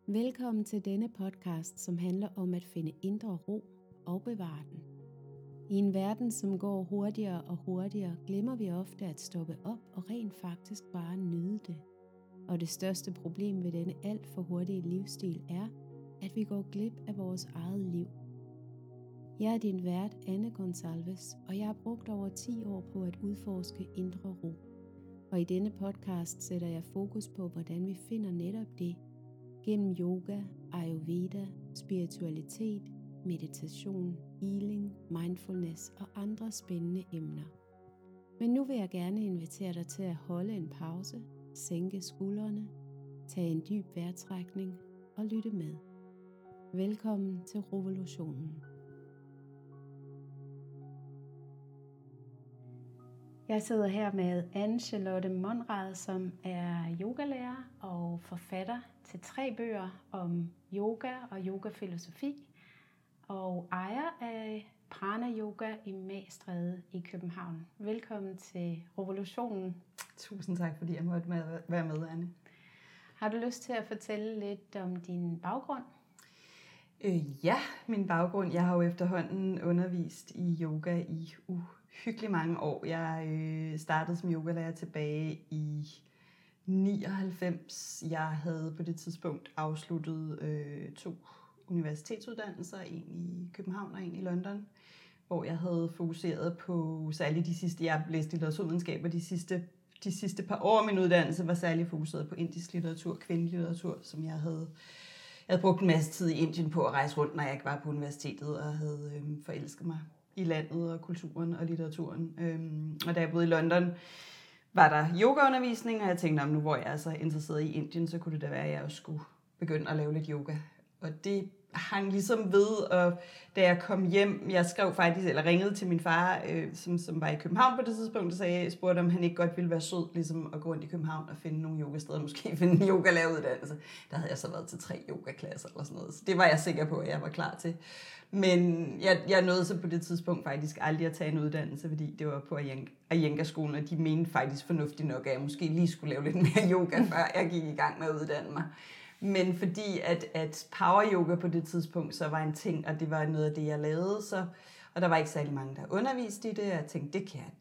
Velkommen til denne podcast, som handler om at finde indre ro og bevare den. I en verden, som går hurtigere og hurtigere, glemmer vi ofte at stoppe op og rent faktisk bare nyde det. Og det største problem ved denne alt for hurtige livsstil er, at vi går glip af vores eget liv. Jeg er din vært, Anne Gonsalves, og jeg har brugt over 10 år på at udforske indre ro. Og i denne podcast sætter jeg fokus på, hvordan vi finder netop det, gennem yoga, ayurveda, spiritualitet, meditation, healing, mindfulness og andre spændende emner. Men nu vil jeg gerne invitere dig til at holde en pause, sænke skuldrene, tage en dyb vejrtrækning og lytte med. Velkommen til Revolutionen. Jeg sidder her med Anne-Charlotte Monrad, som er yogalærer og forfatter til 3 bøger om yoga og yogafilosofi, og ejer af Prana Yoga i Magstræde i København. Velkommen til Revolutionen. Tusind tak, fordi jeg måtte være med, Anne. Har du lyst til at fortælle lidt om din baggrund? Ja, min baggrund. Jeg har jo efterhånden undervist i yoga i uhyggeligt mange år. Jeg startede som yogalærer tilbage i 99. Jeg havde på det tidspunkt afsluttet 2 universitetsuddannelser, en i København og en i London, hvor jeg havde fokuseret på særligt de sidste, jeg læste litteraturvidenskab, og de sidste par år af min uddannelse var særligt fokuseret på indisk litteratur, kvindelitteratur, som jeg havde brugt en masse tid i Indien på at rejse rundt, når jeg ikke var på universitetet, og havde forelsket mig i landet og kulturen og litteraturen. Og da jeg boede i London, var der yogaundervisning, og jeg tænkte, nu hvor jeg er så interesseret i Indien, så kunne det da være, at jeg også skulle begynde at lave lidt yoga. Og det hang ligesom ved, og da jeg kom hjem, jeg skrev faktisk, eller ringede til min far, som var i København på det tidspunkt, og spurgte, om han ikke godt ville være sød, ligesom at gå rundt i København og finde nogle yogasteder, måske finde en yogalæreruddannelse. Der havde jeg så været til 3 yogaklasser eller sådan noget, så det var jeg sikker på, at jeg var klar til. Men jeg nåede så på det tidspunkt faktisk aldrig at tage en uddannelse, fordi det var på Iyengar-skolen, og de mente faktisk fornuftigt nok, at jeg måske lige skulle lave lidt mere yoga, før jeg gik i gang med at uddanne mig. Men fordi at power yoga på det tidspunkt så var en ting, og det var noget af det, jeg lavede, og der var ikke særlig mange, der underviste i det, og jeg tænkte,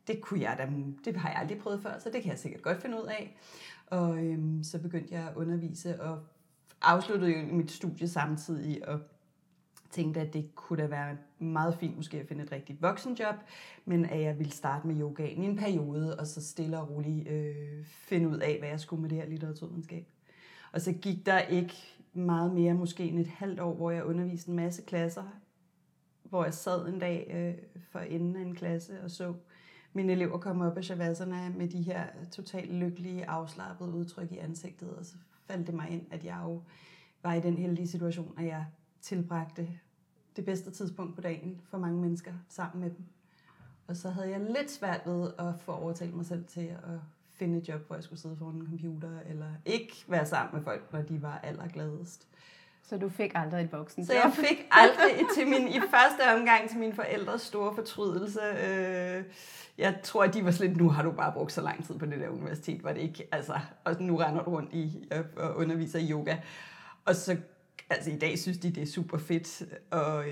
det har jeg aldrig prøvet før, så det kan jeg sikkert godt finde ud af. Og så begyndte jeg at undervise, og afsluttede jo mit studie samtidig, og tænkte, at det kunne da være meget fint måske at finde et rigtigt voksenjob, men at jeg ville starte med yogaen i en periode, og så stille og roligt finde ud af, hvad jeg skulle med det her litteraturvidenskab. Og så gik der ikke meget mere, måske end et halvt år, hvor jeg underviste en masse klasser, hvor jeg sad en dag for enden af en klasse og så mine elever komme op af shavasana med de her totalt lykkelige, afslappede udtryk i ansigtet, og så faldt det mig ind, at jeg jo var i den heldige situation, at jeg tilbragte det bedste tidspunkt på dagen for mange mennesker sammen med dem. Og så havde jeg lidt svært ved at få overtalt mig selv til at finde et job, hvor jeg skulle sidde foran en computer, eller ikke være sammen med folk, når de var allergladest. Så du fik aldrig et voksenjob? Så jeg fik aldrig i første omgang til mine forældres store fortrydelse. Jeg tror, at de var slet, nu har du bare brugt så lang tid på det der universitet, var det ikke? Altså, og nu render du rundt i og underviser i yoga. Og så i dag synes de, det er super fedt, og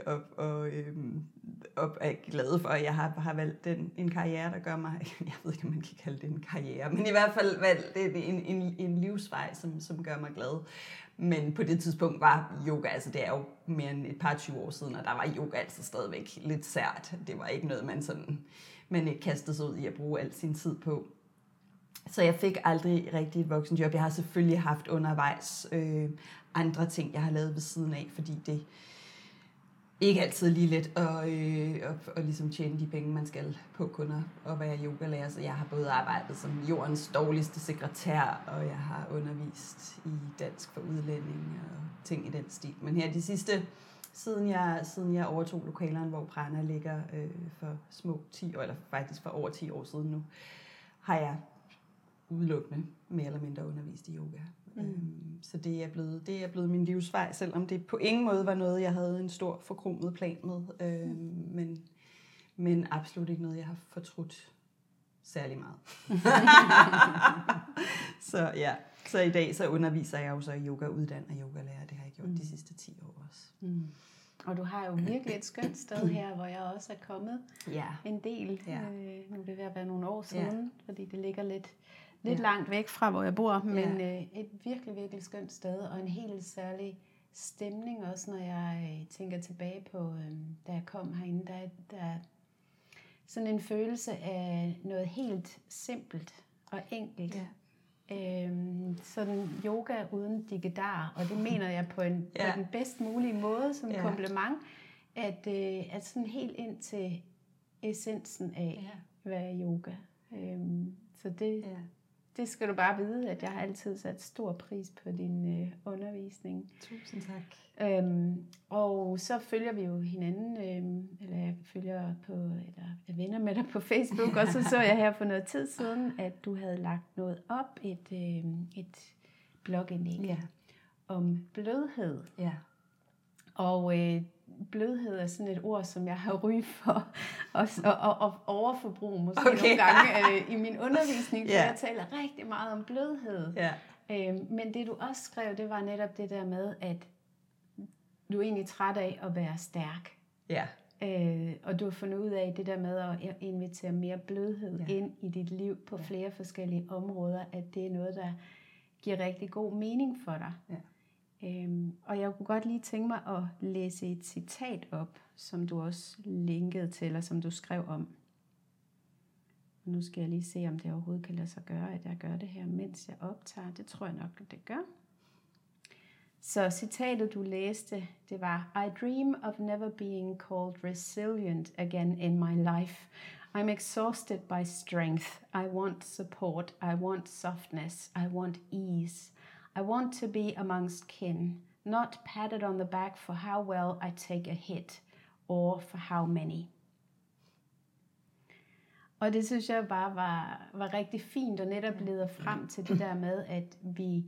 er glade for, at jeg har valgt en karriere, der gør mig, jeg ved ikke, om man kan kalde det en karriere, men i hvert fald valgt en livsvej, som gør mig glad. Men på det tidspunkt var yoga, det er jo mere end et par 20 år siden, og der var yoga altså stadigvæk lidt sært. Det var ikke noget, man ikke kastede sig ud i at bruge al sin tid på. Så jeg fik aldrig rigtig et voksenjob. Jeg har selvfølgelig haft undervejs andre ting, jeg har lavet ved siden af, fordi det ikke altid er lige let at ligesom tjene de penge, man skal på kun at være yogalærer. Så jeg har både arbejdet som jordens dårligste sekretær, og jeg har undervist i dansk for udlændinge og ting i den stil. Men her de sidste, siden jeg overtog lokalerne, hvor Prana ligger for små 10 år, eller faktisk for over 10 år siden nu, har jeg udelukkende mere eller mindre undervist i yoga. Så det er blevet min livsvej, selvom det på ingen måde var noget, jeg havde en stor forkromet plan med. Men absolut ikke noget, jeg har fortrudt særlig meget. Så ja. Så i dag så underviser jeg jo så i yoga, uddanner yogalærer. Det har jeg gjort de sidste 10 år også. Mm. Og du har jo virkelig et skønt sted her, hvor jeg også er kommet en del. Ja. Nu er det ved at være nogle år siden, fordi det ligger lidt langt væk fra, hvor jeg bor. Men et virkelig, virkelig skønt sted, og en helt særlig stemning også, når jeg tænker tilbage på, da jeg kom herinde. Der er sådan en følelse af noget helt simpelt og enkelt. Ja. Sådan yoga uden digedar, og det mener jeg på den bedst mulige måde som kompliment, at sådan helt ind til essensen af, hvad er yoga. Så det skal du bare vide, at jeg har altid sat stor pris på din undervisning. Tusind tak. Og så følger vi jo hinanden, eller jeg følger på, eller jeg venner med dig på Facebook, og så jeg her for noget tid siden, at du havde lagt noget op, et blogindlæg om blødhed. Ja. Og blødhed er sådan et ord, som jeg har ry for, og overforbrug måske nogle gange i min undervisning, for jeg taler rigtig meget om blødhed. Ja. Men det du også skrev, det var netop det der med, at du er egentlig træt af at være stærk. Ja. Og du har fundet ud af det der med at invitere mere blødhed ind i dit liv på flere forskellige områder, at det er noget, der giver rigtig god mening for dig. Ja. Og jeg kunne godt lige tænke mig at læse et citat op, som du også linkede til, eller som du skrev om. Nu skal jeg lige se, om det overhovedet kan lade sig gøre, at jeg gør det her, mens jeg optager. Det tror jeg nok, at det gør. Så citatet, du læste, det var: I dream of never being called resilient again in my life. I'm exhausted by strength. I want support. I want softness. I want ease. I want to be amongst kin, not patted on the back for how well I take a hit, or for how many. Og det synes jeg bare var rigtig fint, og netop leder frem til det der med, at vi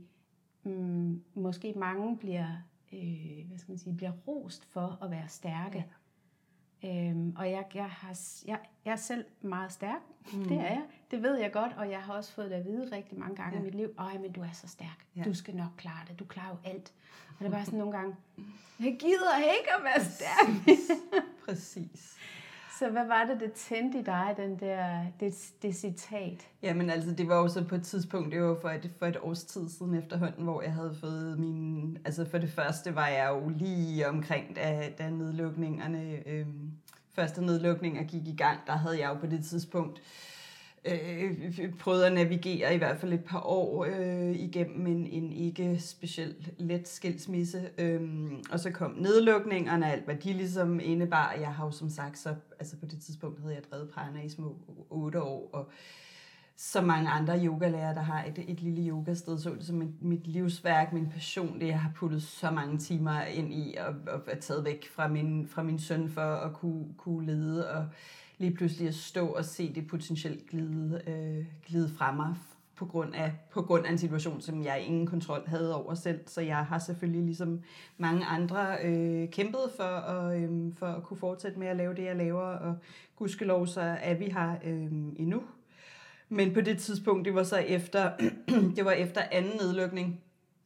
måske mange bliver, bliver rost for at være stærke. Ja. Og jeg er selv meget stærk, det er jeg. Det ved jeg godt, og jeg har også fået det at vide rigtig mange gange i mit liv. Men du er så stærk. Ja. Du skal nok klare det. Du klarer jo alt. Og det er bare sådan nogle gange, jeg gider ikke at være stærk. Præcis. Så hvad var det tændte i dig, det citat? Jamen altså, det var jo så på et tidspunkt, det var for et års tid siden efterhånden, hvor jeg havde fået min... Altså for det første var jeg jo lige omkring, da nedlukningerne... første nedlukninger gik i gang, der havde jeg jo på det tidspunkt prøvet at navigere i hvert fald et par år igennem en ikke specielt let skilsmisse. Og så kom nedlukningerne, alt hvad de ligesom indebar. Jeg har jo som sagt, så altså på det tidspunkt havde jeg drevet Prana i små 8 år, og så mange andre yogalærere, der har et lille yogasted, så det som mit livsværk, min passion, det jeg har puttet så mange timer ind i, og er taget væk fra min søn for at kunne lede, og lige pludselig at stå og se det potentielt glide fra mig på grund af en situation, som jeg ingen kontrol havde over selv. Så jeg har selvfølgelig ligesom mange andre kæmpet for at kunne fortsætte med at lave det, jeg laver, og gudskelov så er vi her endnu. Men på det tidspunkt, det var så efter anden nedlukning,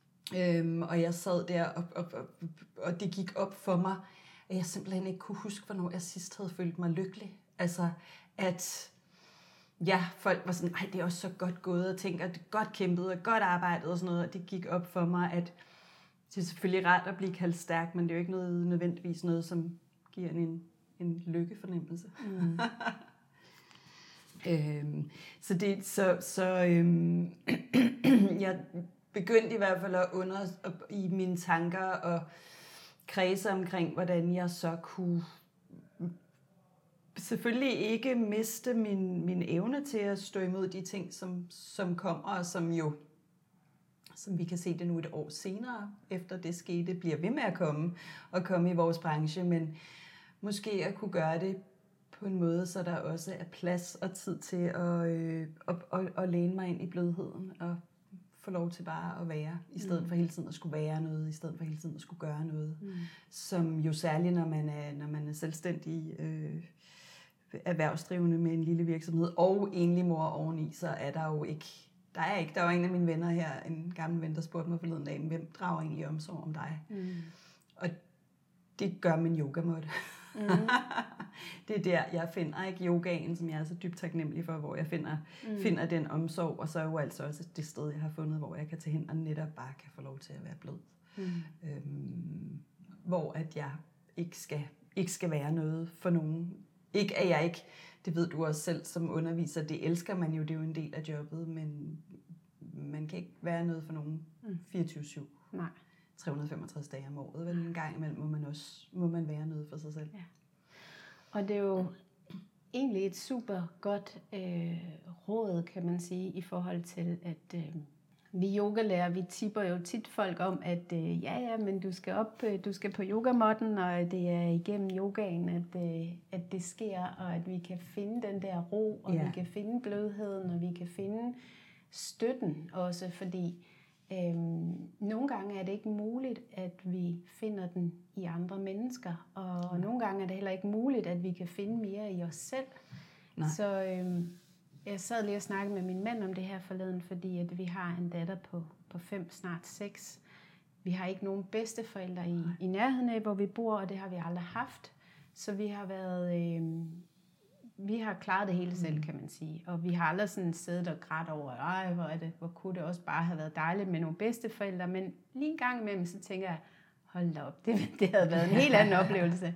og jeg sad der, og det gik op for mig, at jeg simpelthen ikke kunne huske, hvornår jeg sidst havde følt mig lykkelig. Altså, at folk var sådan, det er også så godt gået, og tænker, det er godt kæmpet, og godt arbejdet, og sådan noget, og det gik op for mig, at det er selvfølgelig rart at blive kaldt stærk, men det er jo ikke nødvendigvis noget, som giver en lykkefornemmelse. Mm. Jeg begyndte i hvert fald i mine tanker og kredse omkring, hvordan jeg så kunne selvfølgelig ikke miste min evne til at stå imod de ting, som kommer, og som vi kan se det nu et år senere, efter det skete, bliver ved med at komme i vores branche, men måske at kunne gøre det på en måde, så der også er plads og tid til at læne mig ind i blødheden og få lov til bare at være, i stedet for hele tiden at skulle være noget, i stedet for hele tiden at skulle gøre noget, som jo særligt, når man er selvstændig erhvervsdrivende med en lille virksomhed og enlig mor oveni, så er der Der var en af mine venner her, en gammel ven, der spurgte mig forleden dag, hvem drager egentlig omsorg om dig? Og det gør min yogamåtte. Det er der, jeg finder ikke yogaen, som jeg er så dybt taknemmelig for, hvor jeg finder den omsorg, og så er jo altså også det sted, jeg har fundet, hvor jeg kan tage hen og netop bare kan få lov til at være blød. Hvor at jeg ikke skal være noget for nogen. Ikke at jeg ikke, det ved du også selv som underviser, det elsker man jo, det er jo en del af jobbet, men man kan ikke være noget for nogen 24/7. Nej. 365 dage om året, vel en gang imellem må man være noget for sig selv. Ja. Og det er jo egentlig et super godt råd, kan man sige, i forhold til, at vi yogalærer, vi tipper jo tit folk om, at men du skal på yogamotten, og det er igennem yogaen, at det sker, og at vi kan finde den der ro, og vi kan finde blødheden, og vi kan finde støtten også, fordi nogle gange er det ikke muligt, at vi finder den i andre mennesker, og nogle gange er det heller ikke muligt, at vi kan finde mere i os selv. Nej. Så jeg sad lige og snakkede med min mand om det her forleden, fordi at vi har en datter på 5, snart 6. Vi har ikke nogen bedsteforældre i nærheden af, hvor vi bor, og det har vi aldrig haft. Så vi har været... Vi har klaret det hele selv, kan man sige. Og vi har aldrig sådan siddet og grædt over, hvor kunne det også bare have været dejligt med nogle bedsteforældre. Men lige en gang imellem, så tænker jeg, hold da op, det havde været en helt anden oplevelse.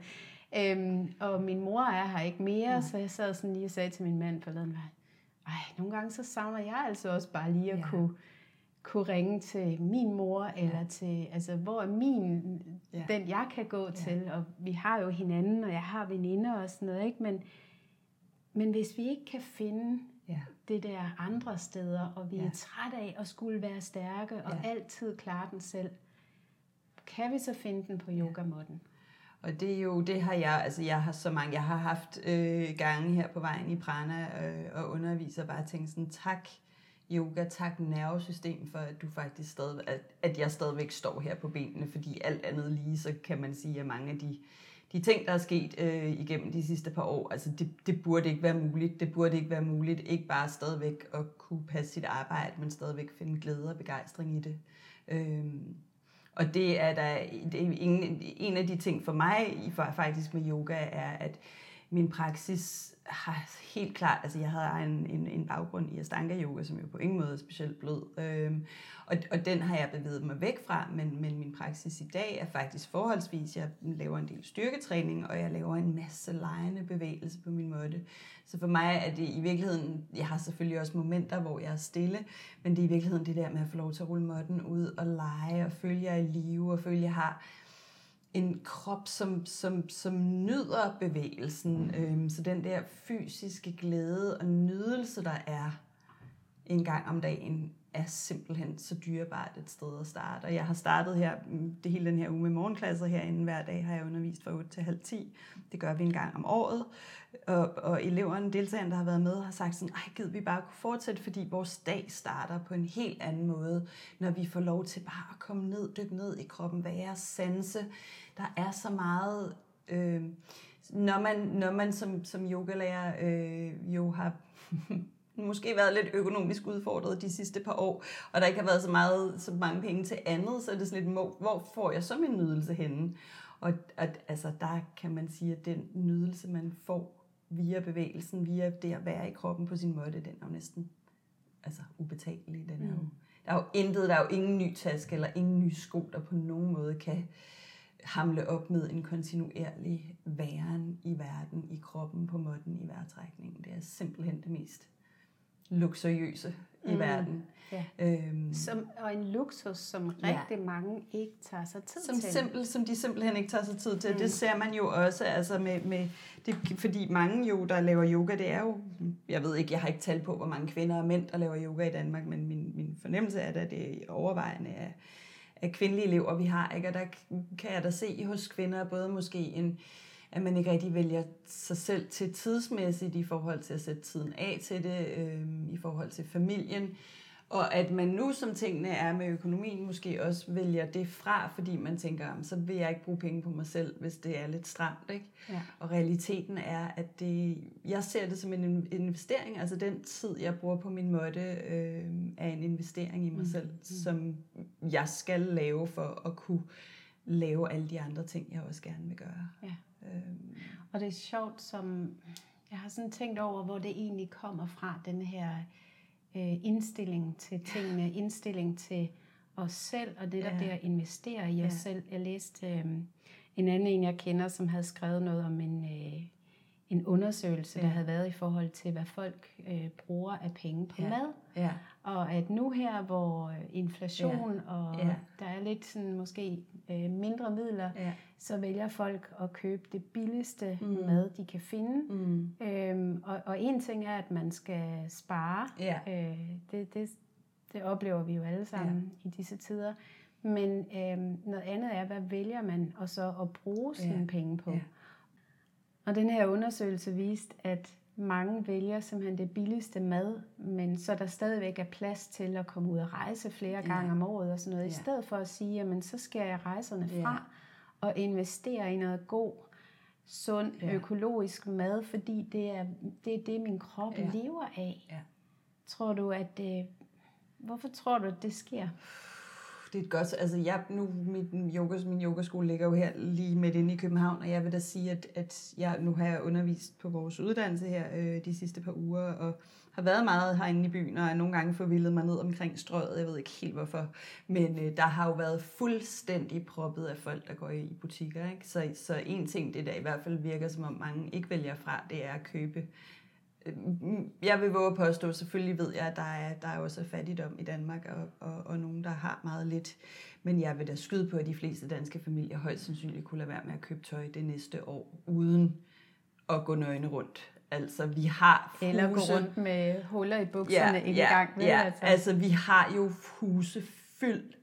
Og min mor er her ikke mere, så jeg sad sådan lige og sagde til min mand forleden, nogle gange så savner jeg altså også bare lige at kunne ringe til min mor, eller til, altså hvor er den jeg kan gå til. Og vi har jo hinanden, og jeg har veninder og sådan noget, ikke? Men hvis vi ikke kan finde det der andre steder, og vi er træt af at skulle være stærke, og altid klare den selv, kan vi så finde den på yogamotten? Og det er jo, det har jeg har haft gange her på vejen i Prana og underviser, bare tænkt sådan, tak yoga, tak nervesystem for, at du faktisk at jeg stadigvæk står her på benene, fordi alt andet lige, så kan man sige, at mange af de ting, der er sket igennem de sidste par år, altså det burde ikke være muligt. Det burde ikke være muligt, ikke bare stadigvæk at kunne passe sit arbejde, men stadigvæk finde glæde og begejstring i det. Og det er en af de ting for mig faktisk med yoga, er, at min praksis har helt klart, altså jeg havde en baggrund i Ashtanga yoga, som jo på ingen måde er specielt blød, og den har jeg bevæget mig væk fra, men min praksis i dag er faktisk forholdsvis, jeg laver en del styrketræning, og jeg laver en masse legende bevægelse på min måtte. Så for mig er det i virkeligheden, jeg har selvfølgelig også momenter, hvor jeg er stille, men det er i virkeligheden det der med at få lov til at rulle måtten ud og lege, og føle jeg er i live, og føle jeg har en krop, som nyder bevægelsen. Så den der fysiske glæde og nydelse, der er en gang om dagen, er simpelthen så dyrebart et sted at starte. Og jeg har startet her, det hele den her uge med morgenklasser herinde hver dag, har jeg undervist fra 8 til halv 10. Det gør vi en gang om året. Og eleverne, deltagerne, der har været med, har sagt sådan, gid vi bare kunne fortsætte, fordi vores dag starter på en helt anden måde, når vi får lov til bare at komme ned, dykke ned i kroppen, være, sanse. Der er så meget, når man som yogalærer jo har måske været lidt økonomisk udfordret de sidste par år, og der ikke har været så mange penge til andet, så er det sådan lidt, hvor får jeg så min nydelse henne? Og altså, der kan man sige, at den nydelse, man får via bevægelsen, via det at være i kroppen på sin måtte, den er jo næsten ubetalelig. Den er jo, der er jo ingen ny taske eller ingen ny sko, der på nogen måde kan hamle op med en kontinuerlig væren i verden, i kroppen, på måtten, i vejrtrækningen. Det er simpelthen det mest luksuriøse i verden. Ja. Og en luksus, som rigtig mange ikke tager sig tid til. Som de simpelthen ikke tager sig tid til. Det ser man jo også, altså med det, fordi mange jo, der laver yoga, det er jo, jeg ved ikke, jeg har ikke talt på, hvor mange kvinder og mænd, der laver yoga i Danmark, men min fornemmelse er, at det er overvejende af kvindelige elever, vi har, ikke? Og der kan jeg da se hos kvinder, både måske at man ikke rigtig vælger sig selv til tidsmæssigt i forhold til at sætte tiden af til det, i forhold til familien, Og at man nu, som tingene er med økonomien, måske også vælger det fra, fordi man tænker, så vil jeg ikke bruge penge på mig selv, hvis det er lidt stramt, ikke? Ja. Og realiteten er, at jeg ser det som en investering. Altså den tid, jeg bruger på min måtte, er en investering i mig selv, som jeg skal lave for at kunne lave alle de andre ting, jeg også gerne vil gøre. Ja. Og det er sjovt, som jeg har sådan tænkt over, hvor det egentlig kommer fra, den her indstilling til tingene, indstilling til os selv, og det der bliver at investere i os selv. Jeg læste en anden jeg kender, som havde skrevet noget om en undersøgelse, der havde været i forhold til, hvad folk bruger af penge på mad. Ja. Og at nu her, hvor inflation og der er lidt sådan måske mindre midler, så vælger folk at købe det billigste mad, de kan finde. Og en ting er, at man skal spare. Det oplever vi jo alle sammen i disse tider. Men noget andet er, hvad vælger man og så at bruge sine penge på? Og den her undersøgelse viste, at mange vælger simpelthen det billigste mad, men så der stadigvæk er plads til at komme ud og rejse flere gange om året og sådan noget. I stedet for at sige, jamen så skal jeg rejserne fra og investere i noget god, sund, økologisk mad, fordi det er det, min krop lever af. Ja. Tror du, hvorfor tror du, at det sker? Det er et godt, altså min yogaskole ligger jo her lige midt inde i København, og jeg vil da sige, at nu har jeg undervist på vores uddannelse her de sidste par uger, og har været meget herinde i byen, og nogle gange forvildet mig ned omkring Strøget, jeg ved ikke helt hvorfor, men der har jo været fuldstændig proppet af folk, der går i butikker, ikke? Så en ting, det der i hvert fald virker, som om mange ikke vælger fra, det er at købe. Jeg vil våge at påstå, selvfølgelig ved jeg, at der er også fattigdom i Danmark, og nogen, der har meget lidt. Men jeg vil da skyde på, at de fleste danske familier højst sandsynligt kunne lade være med at købe tøj det næste år, uden at gå nøgne rundt. Altså, vi har huse... Eller gå rundt med huller i bukserne engang. Altså, vi har jo huse fyldt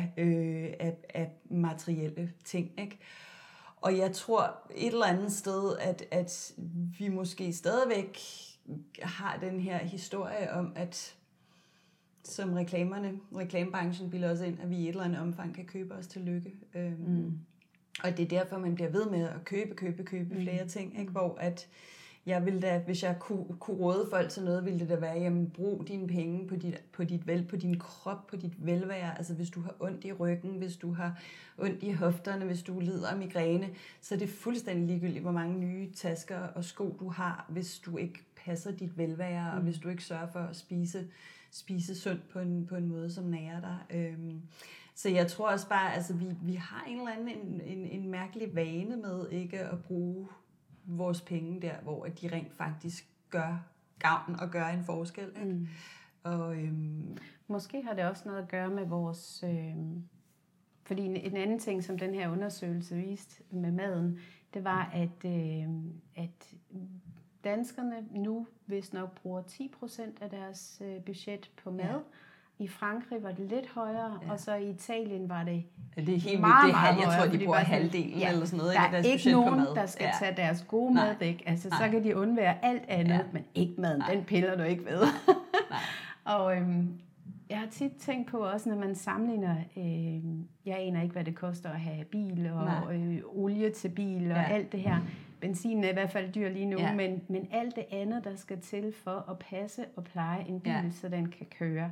af materielle ting, ikke? Og jeg tror et eller andet sted, at vi måske stadigvæk har den her historie om, at som reklamebranchen bilder os ind, at vi i et eller andet omfang kan købe os til lykke. Og det er derfor, man bliver ved med at købe flere ting, ikke? Hvor at jeg ville da, hvis jeg kunne råde folk til noget, ville det da være, jamen brug dine penge på din krop, på dit velvære. Altså hvis du har ondt i ryggen, hvis du har ondt i hofterne, hvis du lider af migræne, så er det fuldstændig ligegyldigt, hvor mange nye tasker og sko du har, hvis du ikke passer dit velvære, og hvis du ikke sørger for at spise sundt på en måde, som nærer dig. Så jeg tror også bare, altså vi har en eller anden en mærkelig vane med ikke at bruge vores penge der, hvor de rent faktisk gør gavn og gør en forskel. Ikke? Og, måske har det også noget at gøre med vores... fordi en anden ting, som den her undersøgelse viste med maden, det var, at danskerne nu vist nok bruger 10% af deres budget på mad. Ja. I Frankrig var det lidt højere, og så i Italien var det er helt meget højere. Jeg tror, de bruger halvdelen eller sådan noget. Der er ikke nogen, der skal tage deres gode mad væk. Altså, så kan de undvære alt andet, men ikke maden. Den piller du ikke ved. Og jeg har tit tænkt på også, når man sammenligner, jeg aner ikke, hvad det koster at have bil og olie til bil og alt det her. Benzinen er i hvert fald dyr lige nu, men alt det andet, der skal til for at passe og pleje en bil, så den kan køre.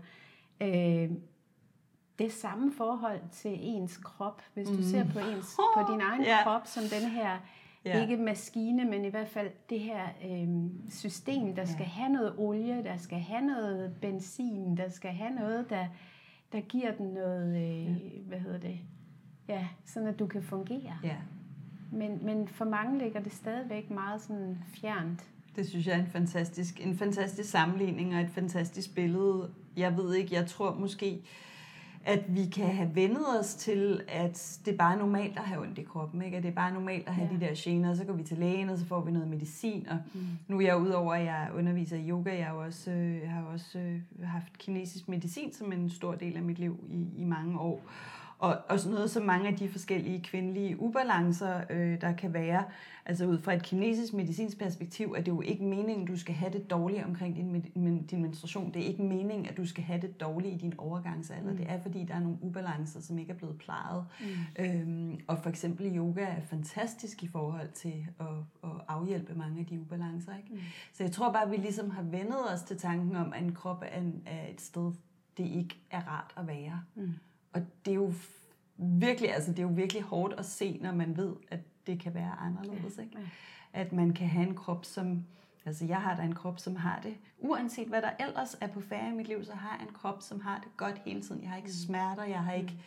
Det samme forhold til ens krop, hvis du ser på din egen krop som den her, ikke maskine, men i hvert fald det her system, der skal have noget olie, der skal have noget benzin, der skal have noget, der giver den noget, sådan at du kan fungere. Ja. Men for mange ligger det stadigvæk meget sådan fjernt. Det synes jeg er en fantastisk sammenligning og et fantastisk billede. Jeg ved ikke, jeg tror måske, at vi kan have vendet os til, at det bare er normalt at have ondt i kroppen, ikke? At det er bare normalt at have de der gener, og så går vi til lægen, og så får vi noget medicin. Og nu er jeg udover, at jeg underviser i yoga, jeg har også haft kinesisk medicin som en stor del af mit liv i mange år. Og sådan noget som mange af de forskellige kvindelige ubalancer, der kan være, altså ud fra et kinesisk medicinsk perspektiv, er det jo ikke meningen, at du skal have det dårligt omkring din menstruation. Det er ikke meningen, at du skal have det dårligt i din overgangsalder. Det er, fordi der er nogle ubalancer, som ikke er blevet plejet. Og for eksempel yoga er fantastisk i forhold til at afhjælpe mange af de ubalancer. Ikke? Så jeg tror bare, at vi ligesom har vendet os til tanken om, at en krop er et sted, det ikke er rart at være. Og det er jo virkelig hårdt at se, når man ved, at det kan være anderledes. Ikke? At man kan have en krop, som... Altså, jeg har da en krop, som har det. Uanset hvad der ellers er på færre i mit liv, så har jeg en krop, som har det godt hele tiden. Jeg har ikke smerter, jeg har ikke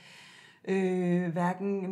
hverken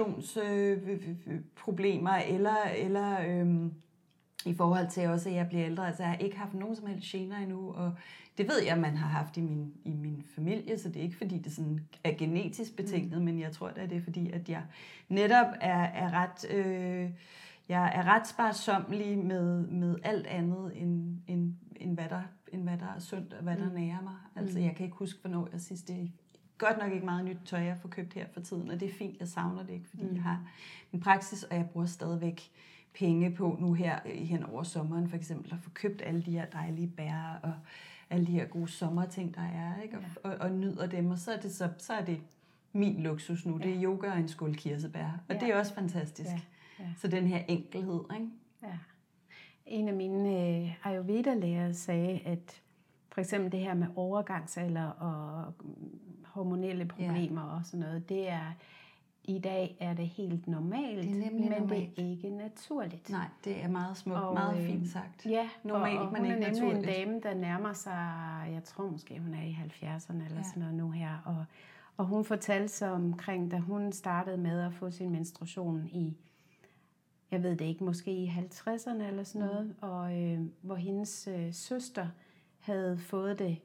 menstruationsproblemer eller i forhold til også, at jeg bliver ældre. Altså, jeg har ikke haft nogen som helst gener endnu, og det ved jeg, man har haft i min familie, så det er ikke, fordi det sådan er genetisk betinget, men jeg tror, det er fordi, at jeg netop er ret... Jeg er ret sparsommelig med alt andet, end hvad der er sundt, og hvad der nærer mig. Altså, jeg kan ikke huske, hvornår jeg sidst... Det er godt nok ikke meget nyt tøj, jeg får købt her for tiden, og det er fint, jeg savner det ikke, fordi jeg har en praksis, og jeg bruger stadigvæk penge på nu her hen over sommeren, for eksempel, at få købt alle de her dejlige bær, og alle de her gode sommerting, der er, ikke? Og nyder dem, og så er det min luksus nu. Det er yoga og en skål kirsebær, og det er også fantastisk. Så den her enkelhed, ikke? Ja. En af mine Ayurveda-lærere sagde, at for eksempel det her med overgangsalder og hormonelle problemer og sådan noget, det er i dag er det helt normalt, det er men normalt. Det er ikke naturligt. Nej, det er meget smukt, meget fint sagt. Ja, normalt, og hun men ikke er nemlig naturligt. en dame, der nærmer sig, jeg tror måske hun er i 70'erne eller sådan noget nu her, og hun fortalte sig omkring, da hun startede med at få sin menstruation i, jeg ved det ikke, måske i 50'erne eller sådan noget, og hvor hendes søster havde fået det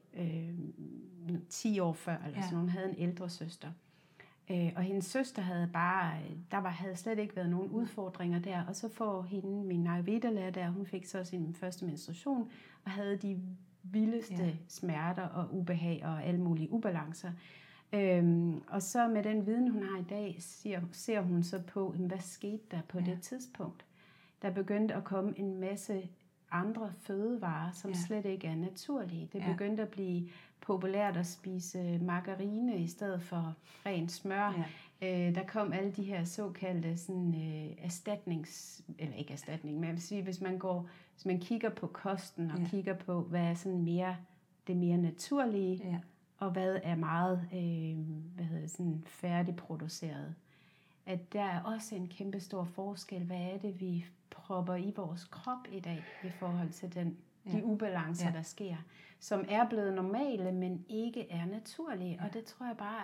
10 år før, eller sådan. Hun havde en ældre søster. Og hendes søster havde havde slet ikke været nogen udfordringer der, og så får hende, min Ayurveda-lærer der, hun fik så sin første menstruation, og havde de vildeste smerter og ubehag og alle mulige ubalancer. Og så med den viden, hun har i dag, ser hun så på, hvad skete der på det tidspunkt. Der begyndte at komme en masse andre fødevarer, som slet ikke er naturlige. Det begyndte at blive populært at spise margarine i stedet for rent smør. Der kom alle de her såkaldte sådan, eller ikke erstatning, men jeg vil sige, hvis man kigger på kosten og kigger på, hvad er sådan det mere naturlige, og hvad er meget sådan færdigproduceret. At der er også en kæmpe stor forskel. Hvad er det, vi propper i vores krop i dag i forhold til de ubalancer, der sker, som er blevet normale, men ikke er naturlige. Og det tror jeg bare,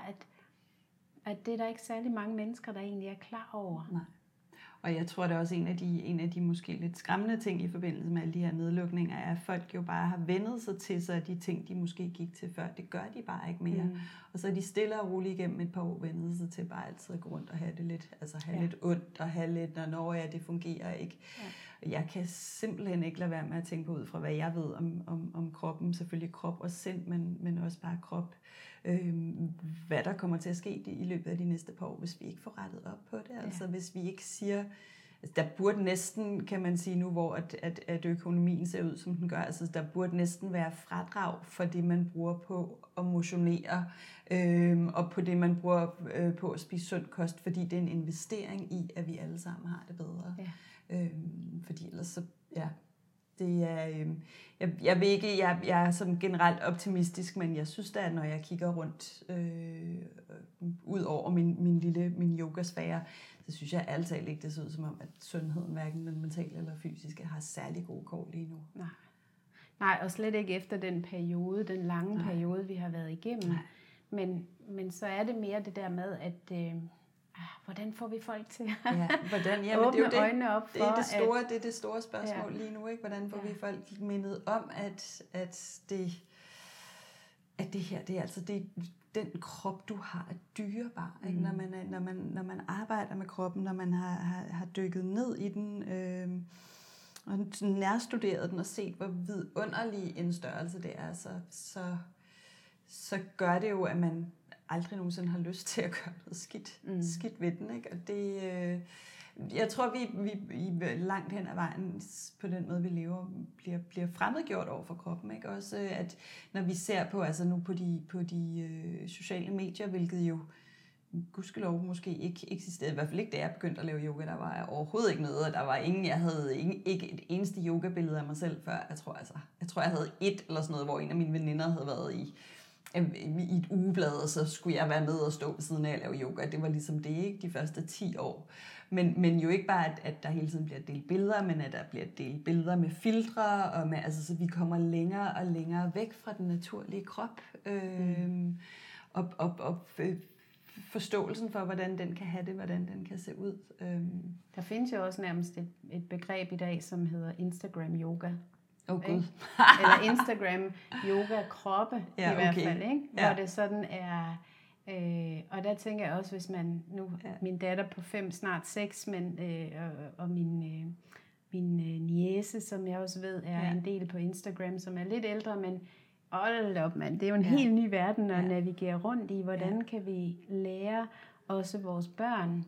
at det er der ikke særlig mange mennesker, der egentlig er klar over. Nej. Og jeg tror, det er også en af de måske lidt skræmmende ting i forbindelse med alle de her nedlukninger, er, at folk jo bare har vendet sig til sig, de ting, de måske gik til før. Det gør de bare ikke mere. Og så er de stille og roligt igennem et par år vendet sig til bare altid at gå rundt og have det lidt, altså have lidt ondt og have lidt, når det fungerer ikke. Jeg kan simpelthen ikke lade være med at tænke på ud fra, hvad jeg ved om kroppen. Selvfølgelig krop og sind, men også bare krop. Hvad der kommer til at ske i løbet af de næste par år, hvis vi ikke får rettet op på det. Altså hvis vi ikke siger, altså, der burde næsten, kan man sige nu, hvor at økonomien ser ud, som den gør, altså der burde næsten være fradrag for det, man bruger på at motionere, og på det, man bruger på at spise sund kost, fordi det er en investering i, at vi alle sammen har det bedre. Fordi ellers så, det er, jeg ved ikke, jeg er som generelt optimistisk, men jeg synes da, at når jeg kigger rundt ud over min yogasfære, så synes jeg altid ikke, det ser ud som om, at sundheden, hverken den mentale eller fysiske, har særlig gode kår lige nu. Nej, og slet ikke efter den lange periode, vi har været igennem. Men så er det mere det der med, at hvordan får vi folk til at åbne øjnene op for, det er det store spørgsmål lige nu, ikke? Hvordan får vi folk mindet om, at det her, det er altså den krop, du har, er dyrebar, ikke? Når man arbejder med kroppen, når man har dykket ned i den, og nærstuderet den og set, hvor vidunderlig en størrelse det er, så gør det jo, at man aldrig nogensinde har lyst til at gøre noget skidt ved den. Ikke? Og det, jeg tror, vi langt hen ad vejen, på den måde, vi lever, bliver fremmedgjort over for kroppen. Ikke? Også at når vi ser på, altså nu på de sociale medier, hvilket jo gudskelov måske ikke eksisterede, i hvert fald ikke da jeg begyndte at lave yoga, der var overhovedet ikke noget, og der var jeg havde ikke et eneste yogabillede af mig selv før. Jeg tror, jeg havde et eller sådan noget, hvor en af mine veninder havde været i et ugeblad, og så skulle jeg være med og stå ved siden af at lave yoga. Det var ligesom det, ikke? De første 10 år. Men jo ikke bare, at der hele tiden bliver delt billeder, men at der bliver delt billeder med filtre, og med, altså, så vi kommer længere og længere væk fra den naturlige krop. Forståelsen for, hvordan den kan have det, hvordan den kan se ud. Der findes jo også nærmest et begreb i dag, som hedder Instagram yoga. Gud. Eller Instagram yoga kroppe, i hvert fald, ikke? Hvor det sådan er. Og der tænker jeg også, hvis man nu, min datter på 5, snart 6, og min niece, som jeg også ved er en del på Instagram, som er lidt ældre, men hold op, mand, det er jo en helt ny verden at navigere rundt i. Hvordan kan vi lære også vores børn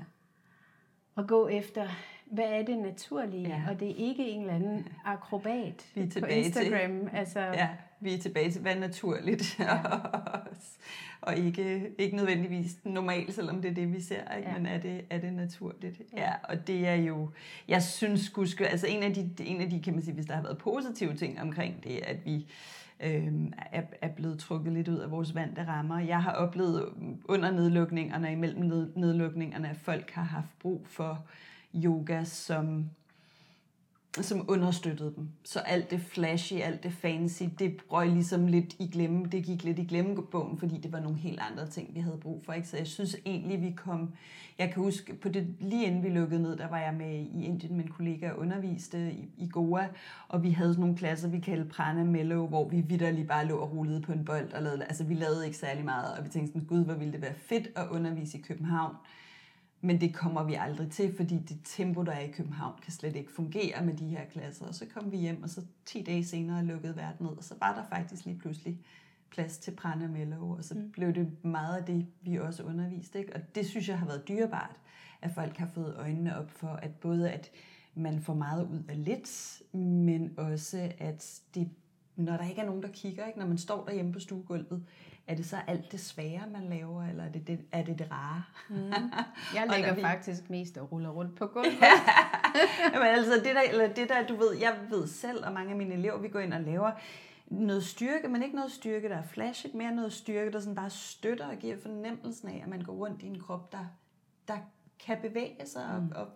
at gå efter, hvad er det naturlige? Ja. Og det er ikke en eller anden akrobat på Instagram. Vi er tilbage til, hvad er naturligt. Ja. Og ikke nødvendigvis normalt, selvom det er det, vi ser. Ikke? Men er det naturligt? Ja, og det er jo, jeg synes, altså en af de, kan man sige, hvis der har været positive ting omkring det, at vi er blevet trukket lidt ud af vores vante rammer. Jeg har oplevet under nedlukningerne, imellem nedlukningerne, at folk har haft brug for yoga, som understøttede dem. Så alt det flashy, alt det fancy, det røg ligesom lidt i glemme. Det gik lidt i glemmebogen, fordi det var nogle helt andre ting, vi havde brug for. Ikke? Så jeg synes egentlig, jeg kan huske, på det, lige inden vi lukkede ned, der var jeg med i Indien med en kollega og underviste i Goa, og vi havde sådan nogle klasser, vi kaldte Prana Mellow, hvor vi vitterligt bare lå og rullede på en bold, og vi lavede ikke særlig meget, og vi tænkte sådan, gud, hvor ville det være fedt at undervise i København. Men det kommer vi aldrig til, fordi det tempo, der er i København, kan slet ikke fungere med de her klasser. Og så kom vi hjem, og så 10 dage senere lukkede verden ned, og så var der faktisk lige pludselig plads til Prana Mellow, og så blev det meget af det, vi også underviste. Ikke? Og det synes jeg har været dyrebart, at folk har fået øjnene op for, at både at man får meget ud af lidt, men også at det, når der ikke er nogen, der kigger, ikke? Når man står derhjemme på stuegulvet, er det så alt det svære, man laver, eller er det rare? Jeg lægger faktisk mest og ruller rundt på gulvet. Jamen, altså det der, du ved, jeg ved selv, og mange af mine elever, vi går ind og laver noget styrke, men ikke noget styrke, der er flashet, mere noget styrke, der sådan bare støtter og giver fornemmelsen af, at man går rundt i en krop, der kan bevæge sig,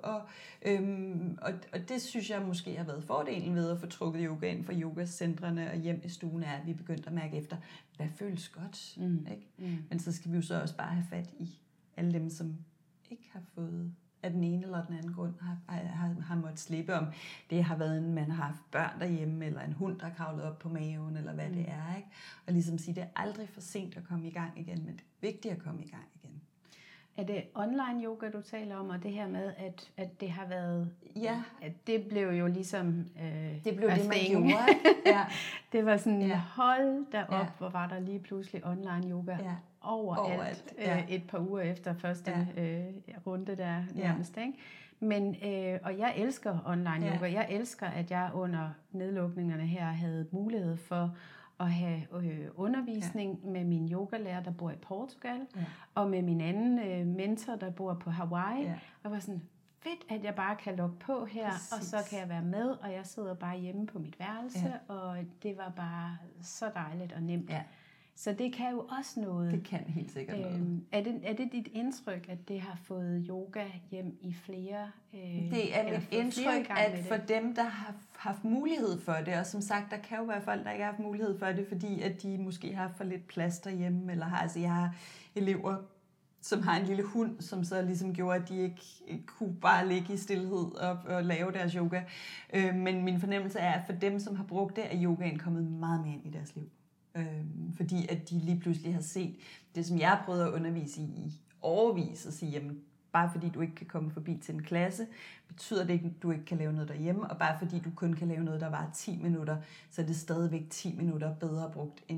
og det synes jeg måske har været fordelen ved at få trukket yoga ind fra yogacentrene og hjem i stuen, er, at vi begyndte at mærke efter, hvad føles godt, ikke? Men så skal vi jo så også bare have fat i alle dem, som ikke har fået af den ene eller den anden grund har måttet slippe, om det har været man har haft børn derhjemme, eller en hund, der har kravlet op på maven, eller hvad det er, ikke? Og ligesom sige, det er aldrig for sent at komme i gang igen, men det er vigtigt at komme i gang igen. Er det online yoga, du taler om, og det her med, at det har været... Ja. At det blev jo ligesom... det blev det, man gjorde. Ja. Det var sådan, hold da op, hvor var der lige pludselig online yoga overalt. Et par uger efter første runde der nærmest, ikke? Men, og jeg elsker online yoga. Jeg elsker, at jeg under nedlukningerne her havde mulighed for at have undervisning med min yogalærer, der bor i Portugal, og med min anden mentor, der bor på Hawaii. Og jeg var sådan, fedt, at jeg bare kan logge på her, og så kan jeg være med, og jeg sidder bare hjemme på mit værelse, og det var bare så dejligt og nemt. Ja. Så det kan jo også noget. Det kan helt sikkert noget. Er det dit indtryk, at det har fået yoga hjem i flere? Det er mit indtryk, at for dem, der har haft mulighed for det, og som sagt, der kan jo være folk, der ikke har haft mulighed for det, fordi at de måske har for lidt plads derhjemme, eller jeg har elever, som har en lille hund, som så ligesom gjorde, at de ikke kunne bare ligge i stilhed og lave deres yoga. Men min fornemmelse er, at for dem, som har brugt det, er yogaen kommet meget mere ind i deres liv. Fordi at de lige pludselig har set det, som jeg har prøvet at undervise i årevis, og sige, jamen, bare fordi du ikke kan komme forbi til en klasse, betyder det ikke, at du ikke kan lave noget derhjemme, og bare fordi du kun kan lave noget, der var 10 minutter, så er det stadigvæk 10 minutter bedre brugt end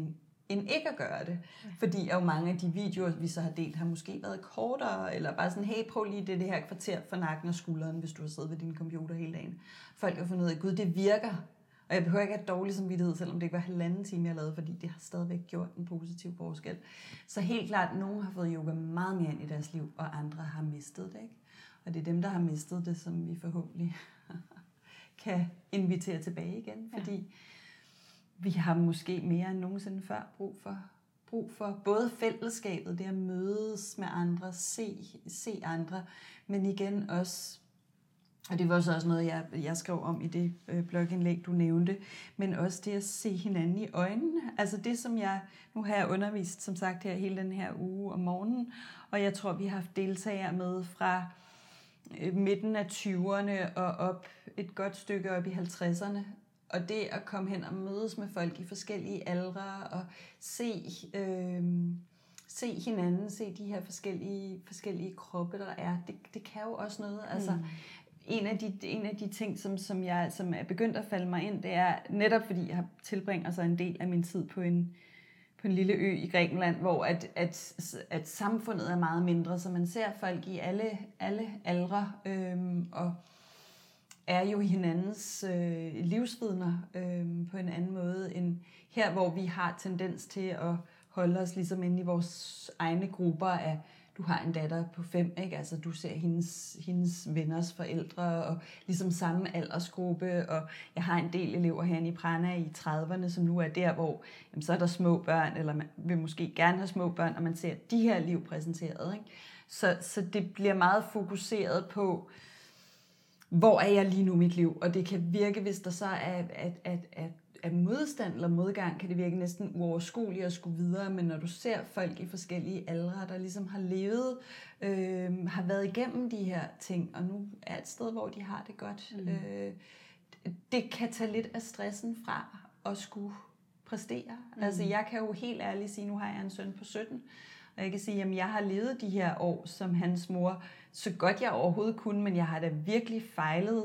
end ikke at gøre det. Fordi jo mange af de videoer, vi så har delt, har måske været kortere, eller bare sådan, hey, prøv lige det her kvarter for nakken og skulderen, hvis du har siddet ved din computer hele dagen. Folk har fundet ud af, gud, det virker. Og jeg behøver ikke have dårlig samvittighed, selvom det ikke var 1,5 time, jeg lavede, fordi det har stadigvæk gjort en positiv forskel. Så helt klart, at nogen har fået yoga meget mere ind i deres liv, og andre har mistet det, ikke? Og det er dem, der har mistet det, som vi forhåbentlig kan invitere tilbage igen, fordi vi har måske mere end nogensinde før brug for både fællesskabet, det at mødes med andre, se andre, men igen også, og det var så også noget, jeg skrev om i det blogindlæg, du nævnte, men også det at se hinanden i øjnene. Altså det, som nu har jeg undervist, som sagt, her hele den her uge om morgenen, og jeg tror, vi har haft deltagere med fra midten af 20'erne og op et godt stykke op i 50'erne. Og det at komme hen og mødes med folk i forskellige aldre og se hinanden, se de her forskellige kroppe, der er, det kan jo også noget. Altså, en af de ting, som er begyndt at falde mig ind, det er netop fordi jeg har tilbringer så en del af min tid på en lille ø i Grækenland, hvor at samfundet er meget mindre, så man ser folk i alle aldre og er jo hinandens livsvidner på en anden måde end her, hvor vi har tendens til at holde os ligesom inde i vores egne grupper af, du har en datter på 5, ikke? Altså du ser hendes venners forældre og ligesom samme aldersgruppe, og jeg har en del elever herinde i Prana i 30'erne, som nu er der, hvor jamen, så er der små børn, eller man vil måske gerne have små børn, og man ser de her liv præsenteret, ikke? Så det bliver meget fokuseret på, hvor er jeg lige nu i mit liv? Og det kan virke, hvis der så er modstand eller modgang, kan det virke næsten uoverskueligt at skulle videre, men når du ser folk i forskellige aldre, der ligesom har levet, har været igennem de her ting, og nu er et sted, hvor de har det godt, det kan tage lidt af stressen fra at skulle præstere. Altså jeg kan jo helt ærligt sige, nu har jeg en søn på 17, og jeg kan sige, at jeg har levet de her år som hans mor, så godt jeg overhovedet kunne, men jeg har da virkelig fejlet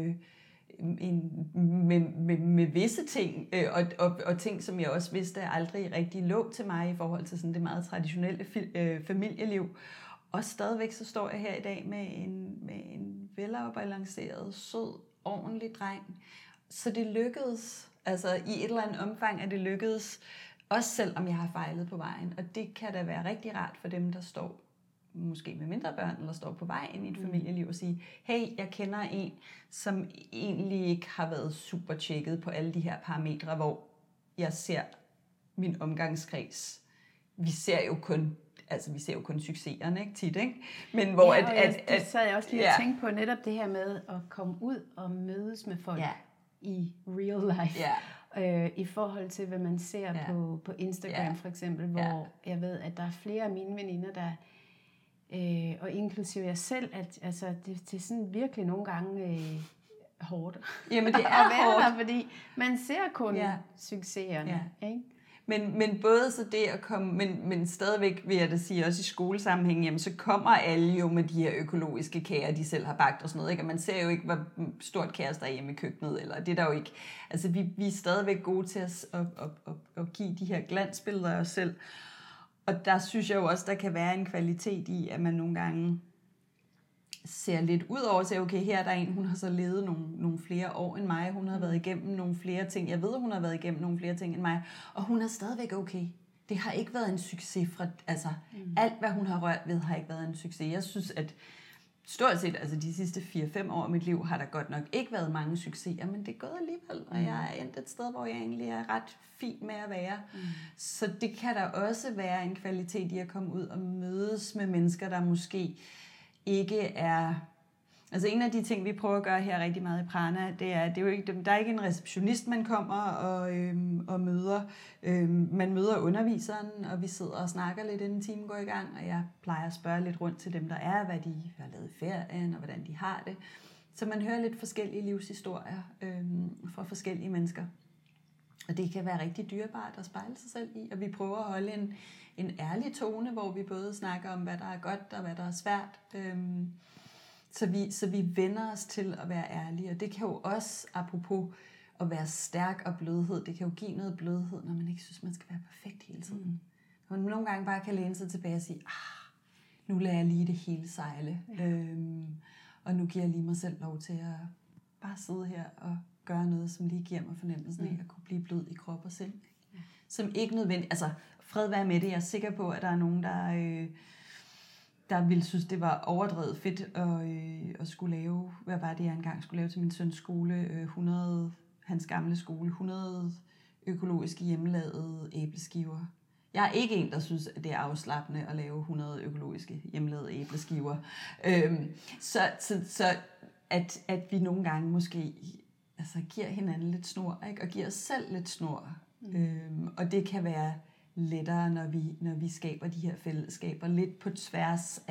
med visse ting, og ting, som jeg også vidste aldrig rigtig lå til mig i forhold til sådan det meget traditionelle familieliv. Og stadigvæk så står jeg her i dag med en velafbalanceret, sød, ordentlig dreng. Så det lykkedes, altså i et eller andet omfang er det lykkedes, også selvom jeg har fejlet på vejen. Og det kan da være rigtig rart for dem, der står måske med mindre børn, eller står på vej ind i et familieliv og sige, hey, jeg kender en, som egentlig ikke har været super tjekket på alle de her parametre, hvor jeg ser min omgangskreds. Vi ser jo kun succeserne, ikke tit, ikke? Men hvor det sad jeg også lige og tænkte på netop det her med at komme ud og mødes med folk i real life. I forhold til, hvad man ser på Instagram for eksempel, hvor jeg ved, at der er flere af mine veninder, der og inklusive jeg selv, at altså, det er sådan virkelig nogle gange hårdt. Jamen det er hårdt. Der, fordi man ser kun succeserne, ikke? Men både så det at komme, men stadigvæk vil jeg da sige, også i skolesammenhæng, jamen så kommer alle jo med de her økologiske kager, de selv har bagt og sådan noget, ikke? Og man ser jo ikke, hvor stort kaos der er hjemme i køkkenet, eller det er der jo ikke. Altså vi er stadigvæk gode til at give de her glansbilleder af os selv. Og der synes jeg jo også, der kan være en kvalitet i, at man nogle gange ser lidt ud over til, okay, her er der en, hun har så levet nogle flere år end mig, hun har været igennem nogle flere ting, jeg ved, hun har været igennem nogle flere ting end mig, og hun er stadigvæk okay. Det har ikke været en succes fra, altså alt, hvad hun har rørt ved, har ikke været en succes. Jeg synes, at stort set, altså de sidste 4-5 år af mit liv, har der godt nok ikke været mange succeser, men det er gået alligevel, og jeg er endt et sted, hvor jeg egentlig er ret fin med at være. Så det kan der også være en kvalitet i at komme ud og mødes med mennesker, der måske ikke er... Altså en af de ting, vi prøver at gøre her rigtig meget i Prana, det er jo ikke, der er ikke en receptionist, man kommer og møder. Man møder underviseren, og vi sidder og snakker lidt, inden timen går i gang, og jeg plejer at spørge lidt rundt til dem, der er, hvad de har lavet i ferien, og hvordan de har det. Så man hører lidt forskellige livshistorier fra forskellige mennesker. Og det kan være rigtig dyrebart at spejle sig selv i, og vi prøver at holde en ærlig tone, hvor vi både snakker om, hvad der er godt og hvad der er svært. Så vi vender os til at være ærlige, og det kan jo også, apropos at være stærk og blødhed, det kan jo give noget blødhed, når man ikke synes, man skal være perfekt hele tiden. Når man nogle gange bare kan læne sig tilbage og sige, nu lader jeg lige det hele sejle. Og nu giver jeg lige mig selv lov til at bare sidde her og gøre noget, som lige giver mig fornemmelsen af at kunne blive blød i krop og sind. Som ikke nødvendigt, altså fred være med det, jeg er sikker på, at der er nogen, der ville synes, det var overdrevet fedt at skulle lave, hvad var det, jeg engang skulle lave til min søns skole, hans gamle skole, 100 økologiske hjemmelavede æbleskiver. Jeg er ikke en, der synes, at det er afslappende at lave 100 økologiske hjemmelavede æbleskiver. Så at vi nogle gange måske giver hinanden lidt snor, ikke? Og giver os selv lidt snor. Og det kan være lettere, når vi skaber de her fællesskaber, lidt på tværs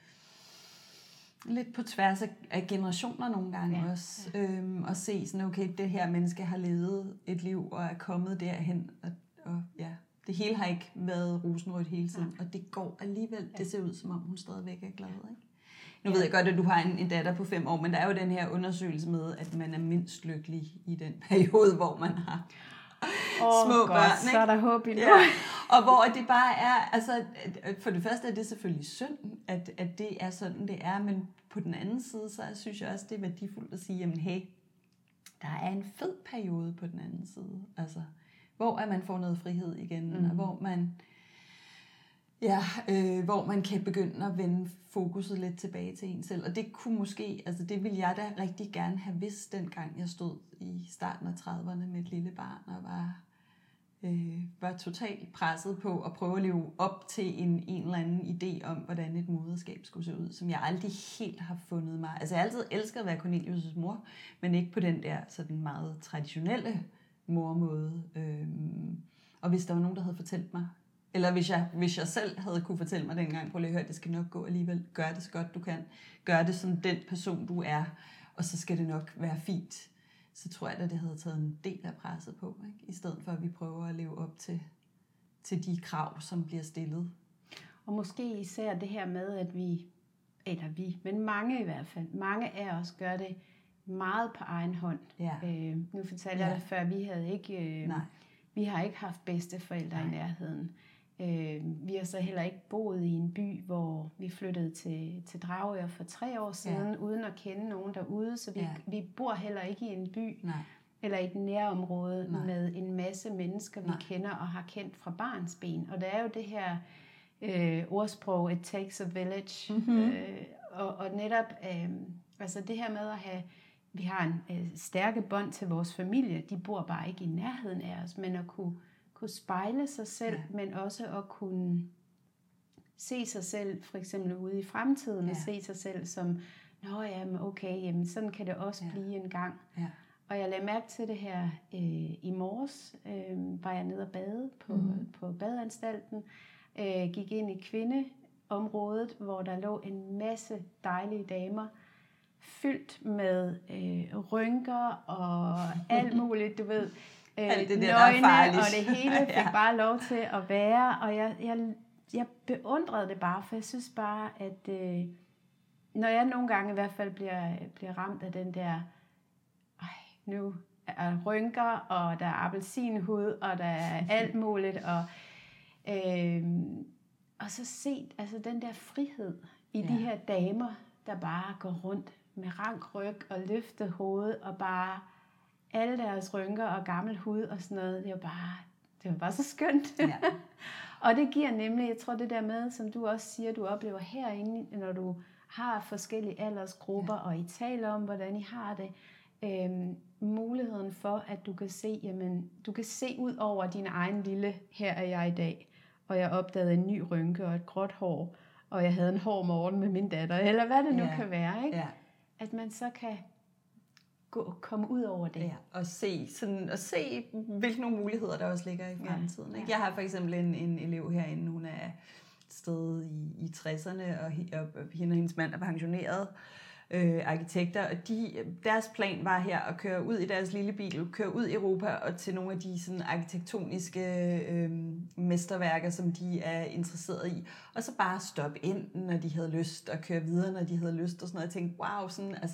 af generationer nogle gange også. Og se sådan, okay, det her menneske har levet et liv og er kommet derhen, og det hele har ikke været rosenrødt hele tiden, og det går alligevel. Det ser ud, som om hun stadigvæk er glad, ikke? Nu ved jeg godt, at du har en datter på 5 år, men der er jo den her undersøgelse med, at man er mindst lykkelig i den periode, hvor man har små børn. Ikke? Så er der håb i nu. Ja. Og hvor det bare er, for det første er det selvfølgelig synd, at det er sådan, det er, men på den anden side, så synes jeg også, det er værdifuldt at sige, jamen hey, der er en fed periode på den anden side, hvor man får noget frihed igen, og hvor man kan begynde at vende fokuset lidt tilbage til en selv. Og det kunne måske, det ville jeg da rigtig gerne have vidst, dengang jeg stod i starten af 30'erne med et lille barn, og var totalt presset på at prøve at leve op til en eller anden idé om, hvordan et moderskab skulle se ud, som jeg aldrig helt har fundet mig. Jeg har altid elsket at være Cornelius' mor, men ikke på den der sådan meget traditionelle mormåde. Og hvis der var nogen, der havde fortalt mig, eller hvis jeg selv havde kunne fortælle mig dengang, prøv lige at høre, det skal nok gå alligevel, gør det så godt du kan, gør det som den person du er, og så skal det nok være fint, så tror jeg, at det havde taget en del af presset på, ikke? I stedet for at vi prøver at leve op til de krav, som bliver stillet. Og måske især det her med, at men mange i hvert fald, mange af os gør det meget på egen hånd. Ja. Nu fortalte jeg dig før, vi har ikke haft bedsteforældre i nærheden. Vi har så heller ikke boet i en by, hvor vi flyttede til Dragør for 3 år siden, uden at kende nogen derude. Så vi bor heller ikke i en by, eller i et nærområde med en masse mennesker, vi kender og har kendt fra barnsben. Og der er jo det her ordsprog, it takes a village. Og netop det her med at have, vi har en stærke bånd til vores familie, de bor bare ikke i nærheden af os, men at kunne spejle sig selv, men også at kunne se sig selv, for eksempel ude i fremtiden, og se sig selv som, sådan kan det også blive en gang. Ja. Og jeg lagde mærke til det her i morges, var jeg nede og bade på badeanstalten, gik ind i kvindeområdet, hvor der lå en masse dejlige damer, fyldt med rynker og alt muligt, du ved, alt det der, nøgne, og det hele fik bare lov til at være, og jeg beundrede det bare, for jeg synes bare, at når jeg nogle gange i hvert fald bliver ramt af den der, nu er rynker, og der er appelsinhud, og der er alt muligt, og så set den der frihed i de her damer, der bare går rundt med rank ryg og løftet hoved, og bare alle deres rynker og gammel hud og sådan noget, det var bare så skønt. Ja. Og det giver nemlig, jeg tror det der med, som du også siger, du oplever herinde, når du har forskellige aldersgrupper, og I taler om, hvordan I har det, muligheden for, at du kan se, jamen, du kan se ud over din egen lille, her er jeg i dag, og jeg opdagede en ny rynke og et gråt hår, og jeg havde en hård morgen med min datter, eller hvad det nu kan være, ikke? Ja. At man så kan komme ud over det. Ja, og se hvilke nogle muligheder der også ligger i fremtiden. Ikke? Jeg har for eksempel en elev herinde, hun er et sted i 60'erne, og hende og hendes mand er pensioneret arkitekter, og deres plan var her at køre ud i deres lille bil, køre ud i Europa og til nogle af de sådan arkitektoniske mesterværker, som de er interesseret i, og så bare stoppe ind, når de havde lyst, og køre videre, når de havde lyst, og sådan noget. Jeg tænkte, wow, sådan,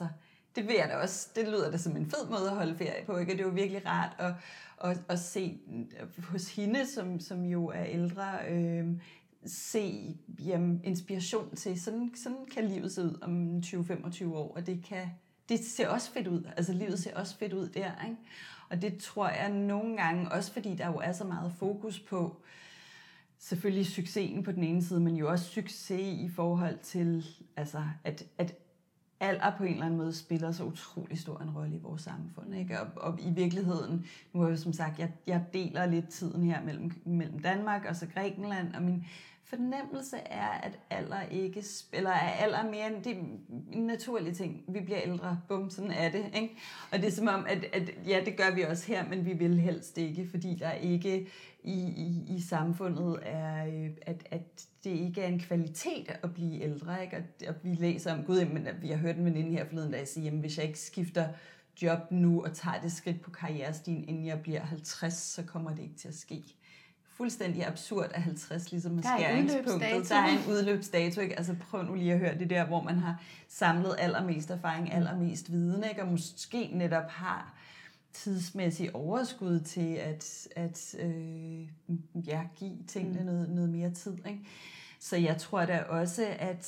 det vil jeg da også. Det lyder da som en fed måde at holde ferie på, ikke? Og det er jo virkelig rart at se hos hende, som jo er ældre, se inspiration til, sådan kan livet se ud om 20-25 år, og det ser også fedt ud. Altså livet ser også fedt ud der, ikke? Og det tror jeg nogle gange, også fordi der jo er så meget fokus på, selvfølgelig succesen på den ene side, men jo også succes i forhold til, altså, at alder på en eller anden måde spiller så utrolig stor en rolle i vores samfund. Ikke? Og i virkeligheden, nu er jeg som sagt, jeg deler lidt tiden her mellem Danmark og så Grækenland, og min fornemmelse er, at alder ikke spiller, at alder mere end det er en naturlig ting. Vi bliver ældre, bum, sådan er det. Ikke? Og det er som om, at ja, det gør vi også her, men vi vil helst ikke, fordi der ikke i samfundet er, at det ikke er en kvalitet at blive ældre. Ikke? Og vi læser om, gud, men vi har hørt en veninde her forleden dag sige, jamen hvis jeg ikke skifter job nu og tager det skridt på karrierestien, inden jeg bliver 50, så kommer det ikke til at ske. Fuldstændig absurd at 50 ligesom er skæringspunktet. Der er en udløbsdato. Ikke? Altså prøv nu lige at høre det der, hvor man har samlet allermest erfaring, allermest viden, ikke? Og måske netop har tidsmæssig overskud til at give tingene noget mere tid. Ikke? Så jeg tror da også,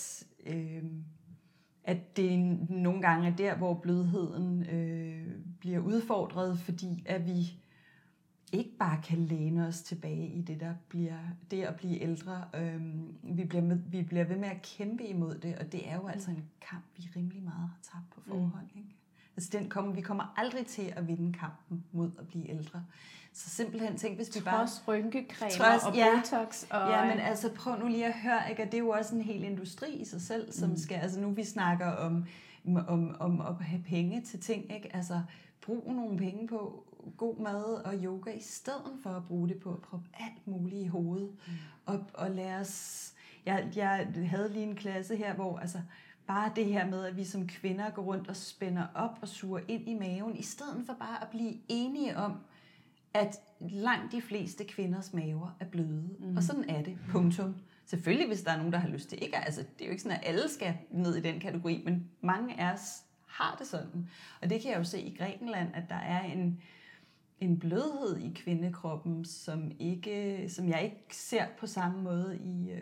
at det nogle gange er der, hvor blødheden bliver udfordret, fordi at vi ikke bare kan læne os tilbage i det at blive ældre. Vi bliver ved med at kæmpe imod det, og det er jo altså en kamp, vi rimelig meget har tabt på forhånd. Ikke? Altså vi kommer aldrig til at vinde kampen mod at blive ældre. Så simpelthen tænk, hvis vi bare... Trods rynkecremer og botox. Ja, men altså prøv nu lige at høre, ikke? Og det er jo også en hel industri i sig selv, som skal... Altså nu vi snakker om at have penge til ting, ikke? Altså brug nogle penge på god mad og yoga, i stedet for at bruge det på at proppe alt muligt i hovedet. Og lad os... Jeg havde lige en klasse her, hvor altså bare det her med, at vi som kvinder går rundt og spænder op og suger ind i maven, i stedet for bare at blive enige om, at langt de fleste kvinders maver er bløde. Og sådan er det. Punktum. Selvfølgelig, hvis der er nogen, der har lyst til ikke. Altså, det er jo ikke sådan, at alle skal ned i den kategori, men mange af os har det sådan. Og det kan jeg jo se i Grækenland, at der er en blødhed i kvindekroppen, som jeg ikke ser på samme måde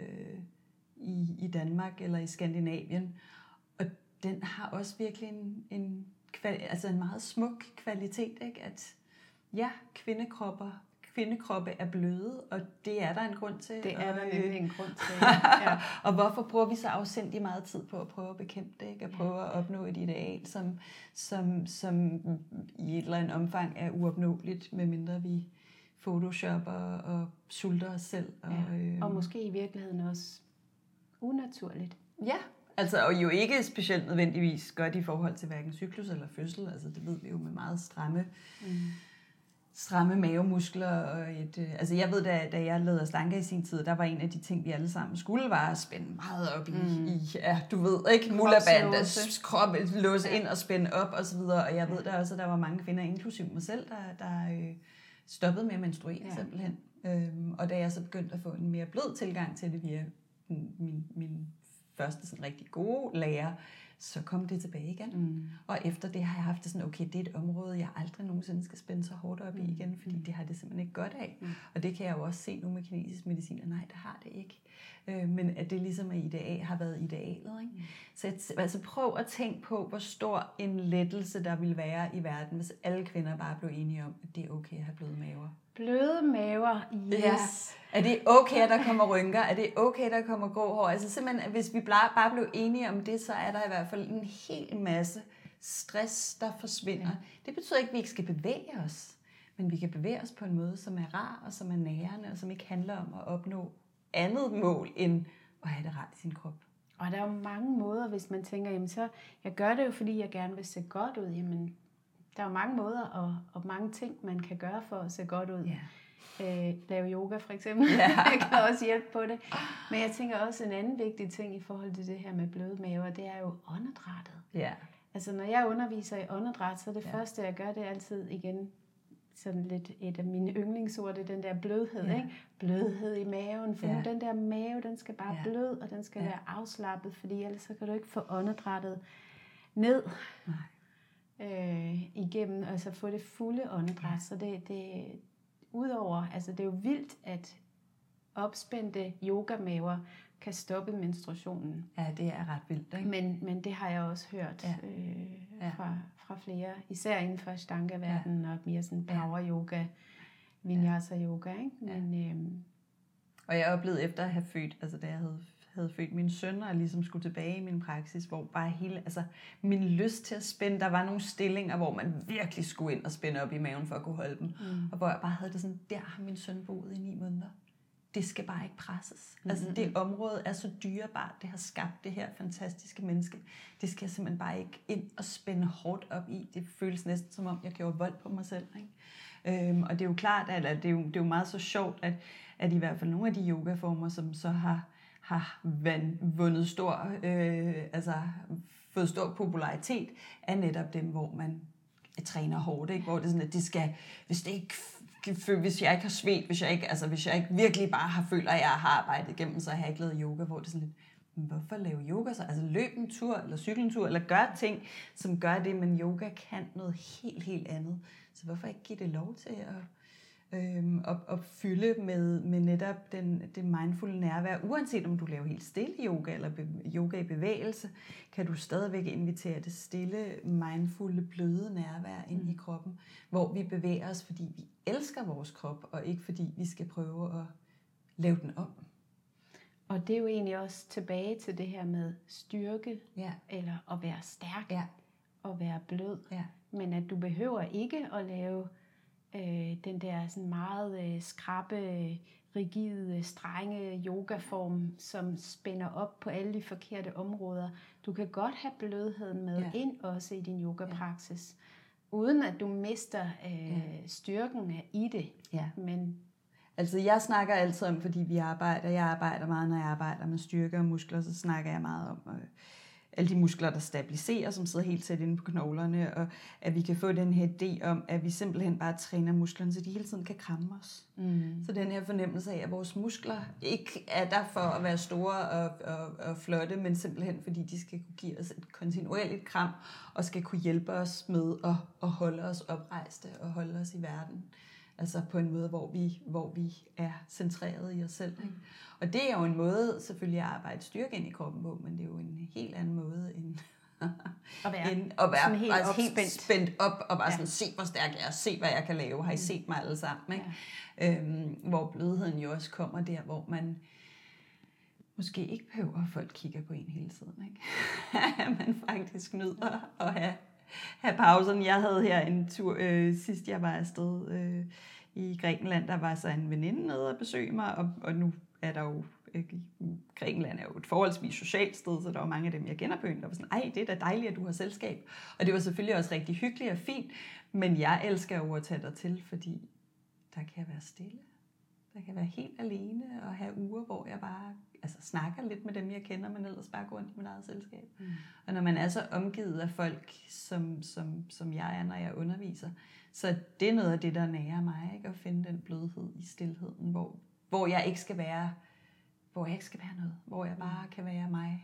i Danmark eller i Skandinavien. Og den har også virkelig en meget smuk kvalitet, ikke? At ja, kvindekroppe er bløde, og det er der en grund til. Det er der nemlig en grund til. Ja. Og hvorfor bruger vi så afsindig meget tid på at prøve at bekæmpe det, ikke? At prøve at opnå et ideal, som i et eller andet omfang er uopnåeligt, medmindre vi photoshopper og sulter os selv. Og måske i virkeligheden også unaturligt. Ja, altså, og jo ikke specielt nødvendigvis godt i forhold til hverken cyklus eller fødsel. Altså, det ved vi jo med meget stramme mavemuskler. Og altså, jeg ved, da jeg lavede slanke i sin tid, der var en af de ting, vi alle sammen skulle, var at spænde meget op i du ved, ikke? Mulaband, krop, låse ind og spænde op og så videre. Og jeg ved da også, at der var mange kvinder, inklusiv mig selv, der stoppede med at menstruere simpelthen. Og da jeg så begyndte at få en mere blød tilgang til det via min første sådan rigtig gode lærer, så kom det tilbage igen. Og efter det har jeg haft det sådan, okay, det er et område, jeg aldrig nogensinde skal spænde så hårdt op i igen, fordi det har det simpelthen ikke godt af. Og det kan jeg jo også se nu med kinesisk medicin, nej, det har det ikke. Men at det ligesom har været idealet. Ikke? Så altså prøv at tænke på, hvor stor en lettelse der vil være i verden, hvis alle kvinder bare blev enige om, at det er okay at have bløde maver. Bløde maver, yes. Ja. Er det okay, at der kommer rynker? Er det okay, at der kommer grå hår? Altså simpelthen, hvis vi bare blev enige om det, så er der i hvert fald en hel masse stress, der forsvinder. Ja. Det betyder ikke, at vi ikke skal bevæge os, men vi kan bevæge os på en måde, som er rar og som er nærende, og som ikke handler om at opnå andet mål, end at have det rart i sin krop. Og der er jo mange måder, hvis man tænker, jamen så, jeg gør det jo, fordi jeg gerne vil se godt ud, jamen der er jo mange måder og mange ting, man kan gøre for at se godt ud. Yeah. Lave yoga for eksempel, jeg kan også hjælpe på det. Men jeg tænker også, en anden vigtig ting i forhold til det her med bløde maver, det er jo åndedrættet. Yeah. Altså når jeg underviser i åndedræt, så er det første, jeg gør, det er altid igen sådan lidt et af mine yndlingsord, det er den der blødhed, ikke? Blødhed i maven, for den der mave, den skal bare blød, og den skal være afslappet, fordi ellers så kan du ikke få åndedrættet ned. Nej. igennem, altså få det fulde åndedræt. Så det udover, altså det er jo vildt, at opspændte yogamaver kan stoppe menstruationen. Ja, det er ret vildt, ikke? Men det har jeg også hørt fra flere, især inden for Ashtanga-verdenen og mere sådan power yoga, vinyasa yoga, ikke? Men, og jeg oplevede efter at have født, altså da jeg havde født min søn, og ligesom skulle tilbage i min praksis, hvor bare min lyst til at spænde, der var nogle stillinger, hvor man virkelig skulle ind og spænde op i maven for at kunne holde dem. Og hvor jeg bare havde det sådan, der har min søn boet i 9 måneder. Det skal bare ikke presses. Altså det område er så dyrebart, det har skabt det her fantastiske menneske. Det skal jeg simpelthen bare ikke ind og spænde hårdt op i. Det føles næsten som om, jeg gjorde vold på mig selv, ikke? Og det er jo klart, at det er jo meget så sjovt, at i hvert fald nogle af de yogaformer, som så har vundet fået stor popularitet, er netop dem, hvor man træner hårdt, ikke? Hvor det er sådan, at det skal, hvis jeg ikke har svedt, hvis jeg ikke virkelig bare har følt, at jeg har arbejdet igennem, så har jeg ikke lavet yoga, hvor det er sådan lidt, hvorfor lave yoga så? Altså løb en tur, eller cykle en tur, eller gør ting, som gør det, men yoga kan noget helt, helt andet. Så hvorfor ikke give det lov til at fylde med netop det mindfulde nærvær. Uanset om du laver helt stille yoga, eller yoga i bevægelse, kan du stadigvæk invitere det stille, mindfulde, bløde nærvær ind i kroppen, hvor vi bevæger os, fordi vi elsker vores krop, og ikke fordi vi skal prøve at lave den om. Og det er jo egentlig også tilbage til det her med styrke, eller at være stærk, og være blød. Ja. Men at du behøver ikke at lave den der sådan meget skrappe, rigide, strenge yogaform, som spænder op på alle de forkerte områder. Du kan godt have blødheden med ind også i din yogapraksis, uden at du mister styrken i det. Ja. Men altså jeg snakker altid om, fordi jeg arbejder meget, når jeg arbejder med styrke og muskler, så snakker jeg meget om alle de muskler, der stabiliserer, som sidder helt tæt inde på knoglerne, og at vi kan få den her idé om, at vi simpelthen bare træner musklerne, så de hele tiden kan kramme os. Så den her fornemmelse af, at vores muskler ikke er der for at være store og flotte, men simpelthen fordi de skal kunne give os et kontinuerligt kram, og skal kunne hjælpe os med at holde os oprejste og holde os i verden. Altså på en måde, hvor vi er centreret i os selv. Ikke? Og det er jo en måde selvfølgelig at arbejde styrke ind i kroppen på, men det er jo en helt anden måde end at være helt spændt op og bare sådan, se hvor stærk jeg er, se hvad jeg kan lave, har I set mig alle sammen. Ikke? Hvor blødheden jo også kommer der, hvor man måske ikke behøver, at folk kigger på en hele tiden. Ikke? Man faktisk nyder at have pausen. Jeg havde her en tur, sidst jeg var afsted i Grækenland, der var så en veninde nede og besøge mig, og nu er der jo, Grækenland er jo et forholdsvis socialt sted, så der var mange af dem, jeg kender på øen, der var sådan, ej, det er da dejligt, at du har selskab. Og det var selvfølgelig også rigtig hyggeligt og fint, men jeg elsker jo at tage dig til, fordi der kan jeg være stille. Der kan være helt alene og have uger, hvor jeg bare snakker lidt med dem, jeg kender, men ellers bare går rundt i mit eget selskab. Og når man er så omgivet af folk, som jeg er, når jeg underviser, så det er noget af det, der nærer mig, ikke? At finde den blødhed i stilheden, hvor jeg ikke skal være noget, hvor jeg bare kan være mig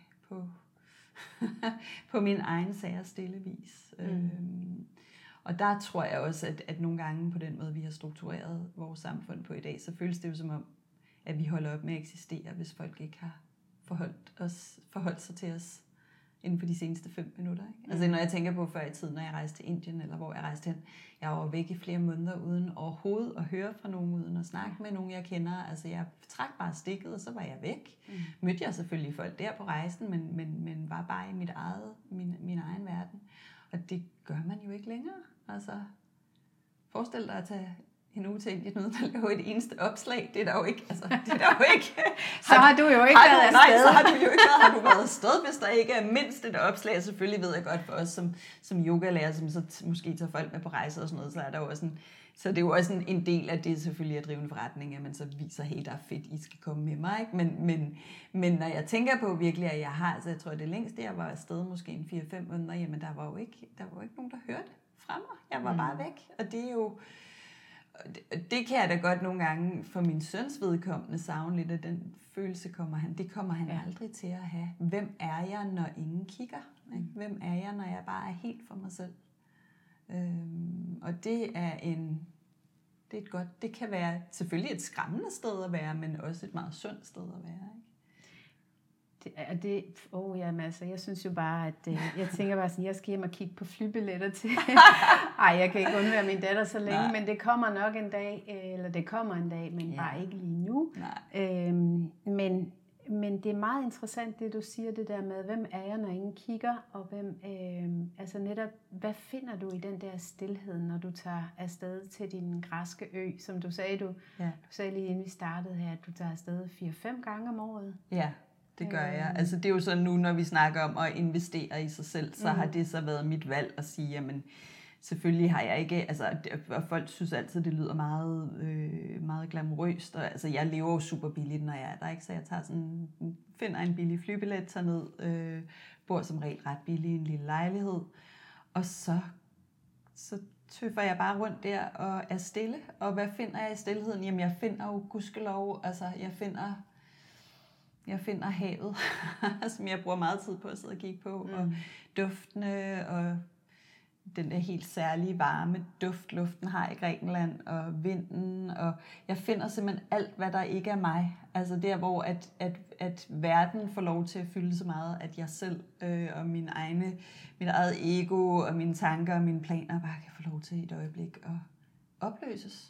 på min egen sære stille vis. Og der tror jeg også, at nogle gange på den måde, vi har struktureret vores samfund på i dag, så føles det jo som om, at vi holder op med at eksistere, hvis folk ikke har forholdt sig til os inden for de seneste 5 minutter. Ikke? Altså når jeg tænker på før i tiden, når jeg rejste til Indien, eller hvor jeg rejste hen, jeg var væk i flere måneder uden overhovedet at høre fra nogen, uden at snakke med nogen, jeg kender. Altså jeg trak bare stikket, og så var jeg væk. Mødte jeg selvfølgelig folk der på rejsen, men var bare i min egen verden. Og det gør man jo ikke længere. Altså, forestil dig at tage en uge til Indien uden at lave et eneste opslag. Det er der jo ikke. Altså, det er der jo ikke. Så har du jo ikke været afsted. Nej, så har du jo ikke været. Har du været afsted, hvis der ikke er mindst et opslag. Selvfølgelig ved jeg godt for os som yogalærer, som så måske tager folk med på rejser og sådan noget, så er der jo også så det er jo også en del af det selvfølgelig at drive en forretning, at man så viser, hey, der er fedt, I skal komme med mig. Ikke? Men når jeg tænker på virkelig, at jeg tror, det længste, jeg var afsted måske en 4-5 måneder, jamen der var jo ikke nogen, der hørte fra mig. Jeg var bare væk. Og det er jo, det kan jeg da godt nogle gange for min søns vedkommende savne lidt, at den følelse kommer han aldrig til at have. Hvem er jeg, når ingen kigger? Ikke? Hvem er jeg, når jeg bare er helt for mig selv? Og det er et godt, det kan være selvfølgelig et skræmmende sted at være, men også et meget sundt sted at være, ikke? Jeg synes jo bare, at jeg tænker bare sådan, jeg skal hjem og kigge på flybilletter til. Ej, jeg kan ikke undvære min datter så længe, men det kommer nok en dag, eller det kommer en dag, men bare ikke lige nu. Men det er meget interessant, det du siger, det der med, hvem er jeg, når ingen kigger, og hvem, altså netop, hvad finder du i den der stilhed, når du tager afsted til din græske ø, som du sagde, du sagde lige inden vi startede her, at du tager afsted 4-5 gange om året. Ja. Det gør jeg. Altså det er jo så nu, når vi snakker om at investere i sig selv, så har det så været mit valg at sige, jamen selvfølgelig har jeg ikke, altså folk synes altid, det lyder meget, meget glamourøst, og altså jeg lever jo super billigt, når jeg er der, ikke? Så jeg tager sådan, finder en billig flybillet, tager ned, bor som regel ret billigt i en lille lejlighed, og så tøffer jeg bare rundt der og er stille, og hvad finder jeg i stillheden? Jamen jeg finder jo gudskelov, altså jeg finder havet, som jeg bruger meget tid på at sidde og kigge på, og duftene, og den der helt særlige varme duft, luften har i Grækenland, og vinden, og jeg finder simpelthen alt, hvad der ikke er mig. Altså der, hvor at verden får lov til at fylde så meget, at jeg selv og mit eget ego, og mine tanker og mine planer bare kan få lov til et øjeblik at opløses.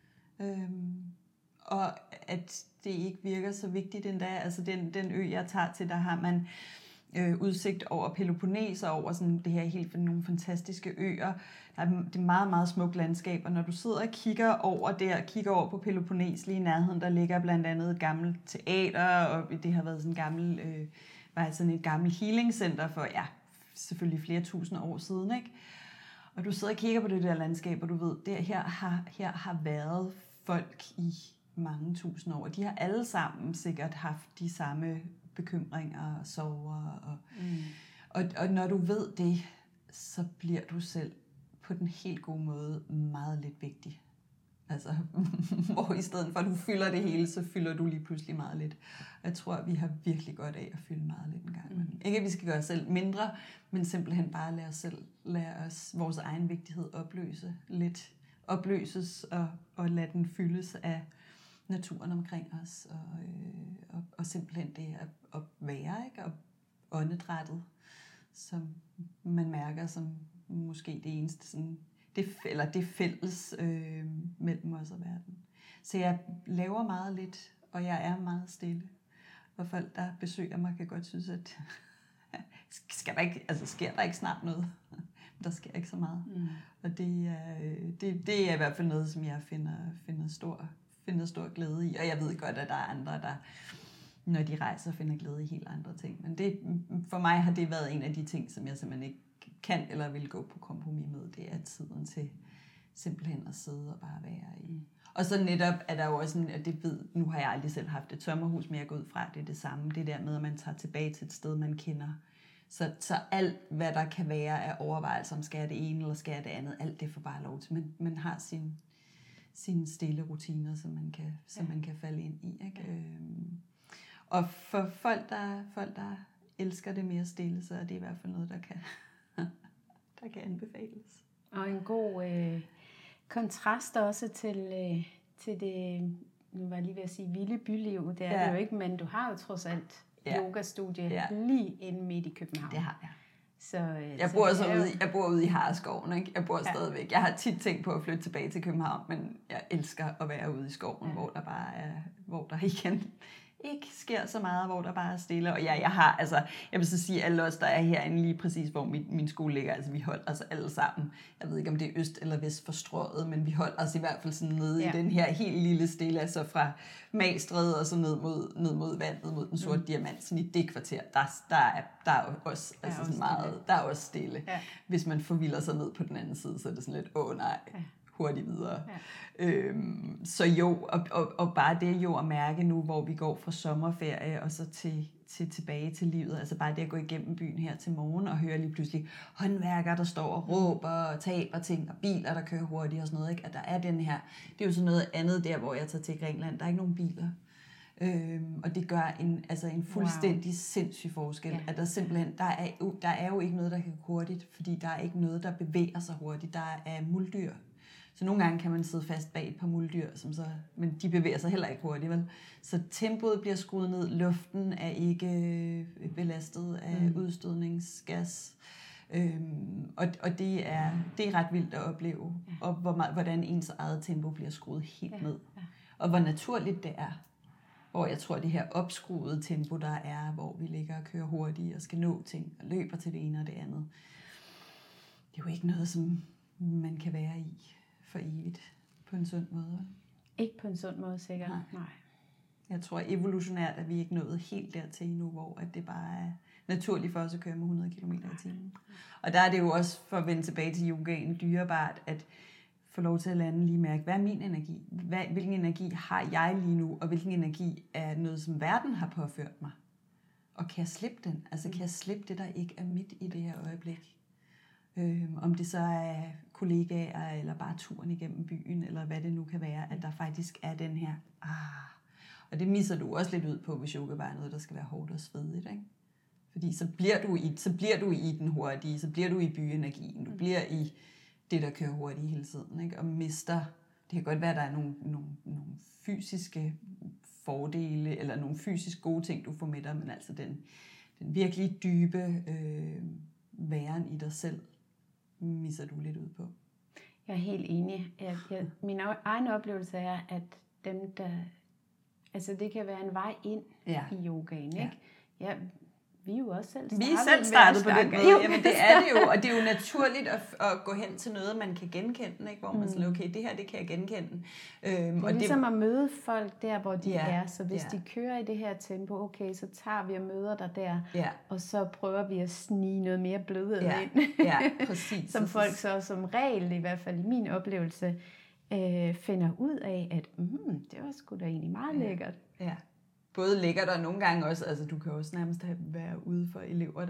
Og at det ikke virker så vigtigt endda. Altså den ø, jeg tager til, der har man udsigt over Peloponnes og over sådan det her helt nogle fantastiske øer. Det er meget, meget smukt landskab, og når du sidder og kigger over på Peloponnes lige i nærheden, der ligger blandt andet et gammelt teater, og det har været sådan et gammelt healingcenter for, selvfølgelig flere tusind år siden, ikke? Og du sidder og kigger på det der landskab, og du ved, her har været folk i mange tusind år. De har alle sammen sikkert haft de samme bekymringer og sorger. Og når du ved det, så bliver du selv på den helt gode måde meget lidt vigtig. Altså, hvor i stedet for at du fylder det hele, så fylder du lige pludselig meget lidt. Jeg tror, at vi har virkelig godt af at fylde meget lidt en gang. Ikke at vi skal gøre os selv mindre, men simpelthen bare lade os vores egen vigtighed opløses og lade den fyldes af naturen omkring os, og simpelthen det at være, ikke? Og åndedrættet, som man mærker som måske det eneste sådan, det fælles mellem os og verden. Så jeg laver meget lidt, og jeg er meget stille. Og folk, der besøger mig, kan godt synes, at sker der ikke snart noget? Der sker ikke så meget. Og det er i hvert fald noget, som jeg finder stor glæde i. Og jeg ved godt, at der er andre, der, når de rejser, finder glæde i helt andre ting. Men for mig har det været en af de ting, som jeg simpelthen ikke kan eller vil gå på kompromis med. Det er tiden til simpelthen at sidde og bare være i. Og så netop er der jo også sådan, at nu har jeg aldrig selv haft et sommerhus, men jeg går ud fra, det er det samme. Det der med, at man tager tilbage til et sted, man kender. Så alt, hvad der kan være af overvejelser, om skal jeg det ene eller skal jeg det andet, alt det får bare lov til. Men man har sine stille rutiner, som man kan falde ind i. Ikke? Ja. Og for folk, der elsker det mere stille, så er det i hvert fald noget, der kan anbefales. Og en god kontrast også til det, nu var jeg lige ved at sige, vilde byliv. Det er det jo ikke, men du har jo trods alt yogastudie lige inde midt i København. Det har jeg. Jeg bor ude i Hareskoven, ikke? Jeg bor stadigvæk. Jeg har tit tænkt på at flytte tilbage til København, men jeg elsker at være ude i skoven, hvor der bare er, hvor der igen ikke sker så meget, hvor der bare er stille. Og jeg vil så sige, alle os, der er herinde lige præcis, hvor min skole ligger, altså vi holder os alle sammen. Jeg ved ikke, om det er øst eller vest for Strøget, men vi holder os i hvert fald sådan nede i den her helt lille stille, altså fra Magstræde og så ned mod vandet, mod den sorte diamant, sådan i det kvarter, der er også, altså sådan meget, der er også stille. Ja. Hvis man forvilder sig ned på den anden side, så er det sådan lidt, nej. Ja. Hurtigt videre. Ja. Så jo, og bare det jo at mærke nu, hvor vi går fra sommerferie og så tilbage til livet, altså bare det at gå igennem byen her til morgen og høre lige pludselig håndværkere, der står og råber og taber ting, og biler, der kører hurtigt og sådan noget, ikke? At der er den her, det er jo sådan noget andet der, hvor jeg tager til Grækenland, der er ikke nogen biler. Og det gør en fuldstændig sindssyg forskel. At der simpelthen, der er jo ikke noget, der kan gå hurtigt, fordi der er ikke noget, der bevæger sig hurtigt. Der er muldyr. Så nogle gange kan man sidde fast bag et par muldyr, men de bevæger sig heller ikke hurtigt, vel? Så tempoet bliver skruet ned, luften er ikke belastet af udstødningsgas. Og det er ret vildt at opleve, og hvordan ens eget tempo bliver skruet helt ned. Og hvor naturligt det er. Hvor jeg tror, det her opskruede tempo, der er, hvor vi ligger og kører hurtigt og skal nå ting og løber til det ene og det andet. Det er jo ikke noget, som man kan være i for evigt på en sund måde. Ikke på en sund måde, sikkert. Nej. Jeg tror evolutionært, at vi ikke nået helt dertil endnu, hvor at det bare er naturligt for os at køre med 100 km i timen. Og der er det jo også, for at vende tilbage til yogaen, dyrebart, at få lov til at lande lige mærke, hvad er min energi? Hvilken energi har jeg lige nu, og hvilken energi er noget, som verden har påført mig? Og kan jeg slippe den? Altså kan jeg slippe det, der ikke er mit i det her øjeblik? Om det så er kollegaer, eller bare turen igennem byen, eller hvad det nu kan være, at der faktisk er den her, og det misser du også lidt ud på, hvis yoga bare er noget, der skal være hårdt og svedigt, ikke? Fordi så bliver du i den hurtige, så bliver du i byenergien, du bliver i det, der kører hurtigt hele tiden, ikke? Og mister, det kan godt være, at der er nogle fysiske fordele, eller nogle fysisk gode ting, du får med dig, men altså den virkelig dybe væren i dig selv, misser du lidt ud på. Jeg er helt enig. Min egen oplevelse er, at dem, der... Altså, det kan være en vej ind i yogaen, ikke? Ja, vi er jo også selv startet på den måde. Jamen, det er det jo, og det er jo naturligt at gå hen til noget, man kan genkende, ikke? Hvor man siger, okay, det her, det kan jeg genkende. Det er ligesom at møde folk der, hvor de er. Så hvis de kører i det her tempo, okay, så tager vi og møder dig der, og så prøver vi at snige noget mere blødhed ind. Ja, præcis. Som folk så som regel, i hvert fald i min oplevelse, finder ud af, at det var sgu da egentlig meget lækkert. Ja. Både lækkert og nogle gange også, altså du kan også nærmest være ude for elever,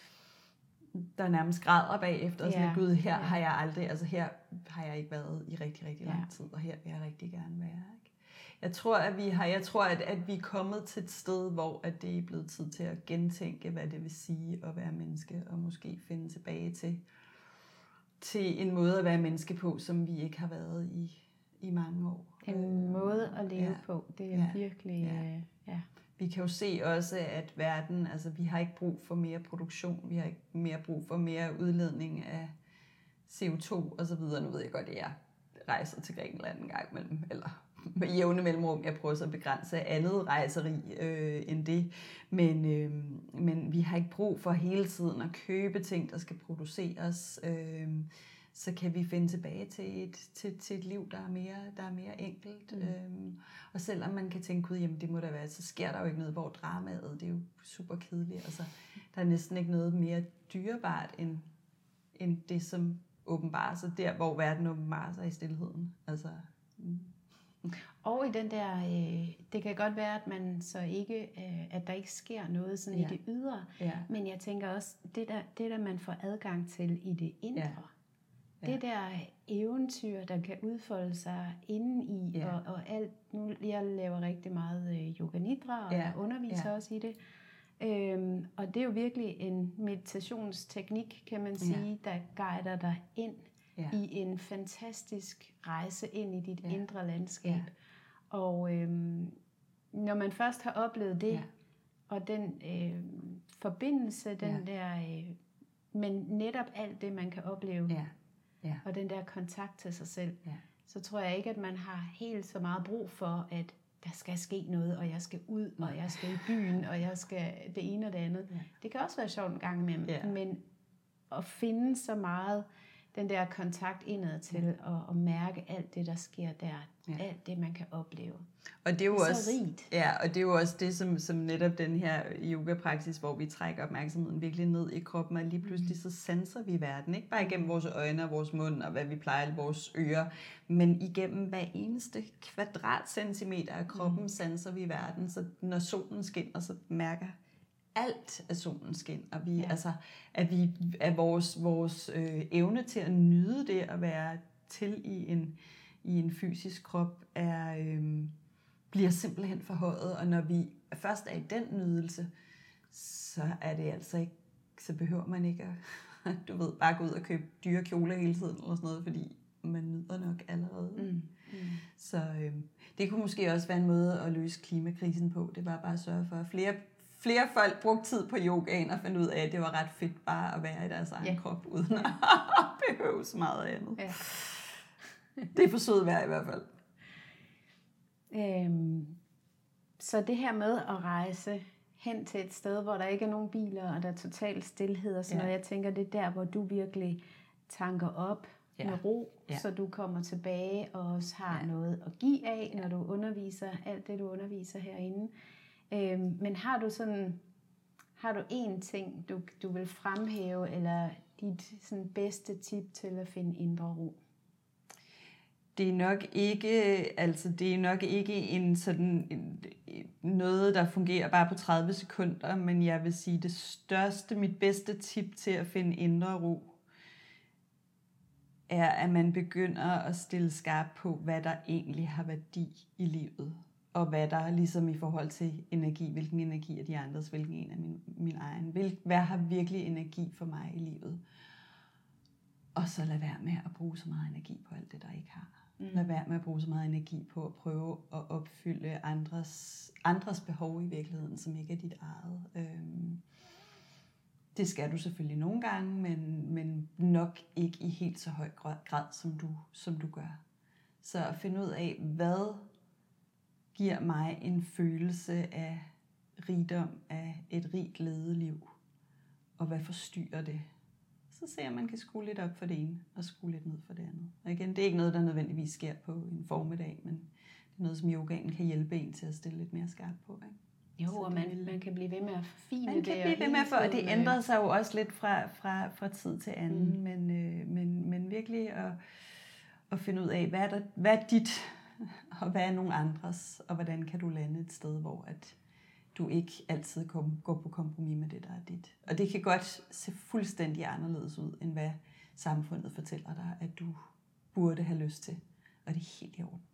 der nærmest græder bagefter, og sådan, gud, her har jeg aldrig, altså her har jeg ikke været i rigtig, rigtig lang tid, og her vil jeg rigtig gerne være. Ikke? Jeg tror, at vi er kommet til et sted, hvor at det er blevet tid til at gentænke, hvad det vil sige at være menneske, og måske finde tilbage til en måde at være menneske på, som vi ikke har været i mange år. En måde at leve på, det er virkelig... Vi kan jo se også, at verden, altså vi har ikke brug for mere produktion, vi har ikke mere brug for mere udledning af CO2 og så videre. Nu ved jeg godt, at jeg rejser til Grækenland en gang imellem, eller med jævne mellemrum. Jeg prøver så at begrænse andet rejseri end det. Men vi har ikke brug for hele tiden at købe ting, der skal produceres. Så kan vi finde tilbage til et liv, der er mere enkelt. Og selvom man kan tænke, jamen det må da være, så sker der jo ikke noget, hvor dramaet, det er jo super kedeligt. Altså, der er næsten ikke noget mere dyrebart, end det, som åbenbarer sig der, hvor verden åbenbarer sig i stilheden. Altså, Og i den der, det kan godt være, at man så ikke, at der ikke sker noget sådan i det ydre, men jeg tænker også, det der man får adgang til i det indre, det der eventyr, der kan udfolde sig indeni, og alt. Nu, jeg laver rigtig meget yoga nidra, og jeg underviser også i det. Og det er jo virkelig en meditationsteknik, kan man sige, der guider dig ind i en fantastisk rejse ind i dit indre landskab. Og når man først har oplevet det, og den forbindelse, den der, men netop alt det, man kan opleve, og den der kontakt til sig selv, så tror jeg ikke, at man har helt så meget brug for, at der skal ske noget, og jeg skal ud, og jeg skal i byen, og jeg skal det ene og det andet. Det kan også være sjovt en gang imellem, men at finde så meget den der kontakt indad til, og mærke alt det, der sker der, alt det, man kan opleve. Og det er jo så også rigt. Ja, og det er jo også det, som netop den her yoga-praksis, hvor vi trækker opmærksomheden virkelig ned i kroppen, og lige pludselig så sanser vi verden, ikke bare igennem vores øjne og vores mund, og hvad vi plejer, vores ører, men igennem hver eneste kvadratcentimeter af kroppen sanser vi verden, så når solen skinner, så mærker alt af solen skin, og vi, at vores evne til at nyde det, at være til i en fysisk krop, bliver simpelthen forhøjet, og når vi først er i den nydelse, så er det altså ikke, så behøver man ikke at, du ved, bare gå ud og købe dyre kjoler hele tiden, eller sådan noget, fordi man nyder nok allerede. Så det kunne måske også være en måde at løse klimakrisen på. Det var bare at sørge for, at flere folk brugte tid på yogaen og fandt ud af, at det var ret fedt bare at være i deres egen krop, uden at behøve så meget andet. Ja. Det er for sødt vejr i hvert fald. Så det her med at rejse hen til et sted, hvor der ikke er nogen biler, og der er total stilhed og sådan noget, jeg tænker, det er der, hvor du virkelig tanker op med ro, så du kommer tilbage og også har noget at give af, når du underviser alt det, du underviser herinde. Men har du en ting, du vil fremhæve, eller dit sådan bedste tip til at finde indre ro? Det er nok ikke en sådan noget, der fungerer bare på 30 sekunder, men jeg vil sige, mit bedste tip til at finde indre ro, er, at man begynder at stille skarp på, hvad der egentlig har værdi i livet. Og hvad der er ligesom i forhold til energi, hvilken energi er de andres, hvilken en er min egen. Hvad har virkelig energi for mig i livet? Og så lad være med at bruge så meget energi på alt det, der ikke har. Lad være med at bruge så meget energi på at prøve at opfylde andres behov i virkeligheden, som ikke er dit eget. Det skal du selvfølgelig nogle gange, men nok ikke i helt så høj grad, som du gør. Så at finde ud af, hvad giver mig en følelse af rigdom, af et rigt ledeliv, og hvad forstyrrer det? Så ser jeg, at man kan skrue lidt op for det ene, og skrue lidt ned for det andet. Og igen, det er ikke noget, der nødvendigvis sker på en formiddag, men det er noget, som yogaen kan hjælpe en til at stille lidt mere skarpt på. Ikke? Jo, og man kan blive ved med at forfine det. Man kan blive ved med og det ændrer sig jo også lidt fra tid til anden, men virkelig at finde ud af, hvad er dit, og hvad er nogen andres, og hvordan kan du lande et sted, hvor at du ikke altid går på kompromis med det, der er dit. Og det kan godt se fuldstændig anderledes ud, end hvad samfundet fortæller dig, at du burde have lyst til. Og det er helt i orden.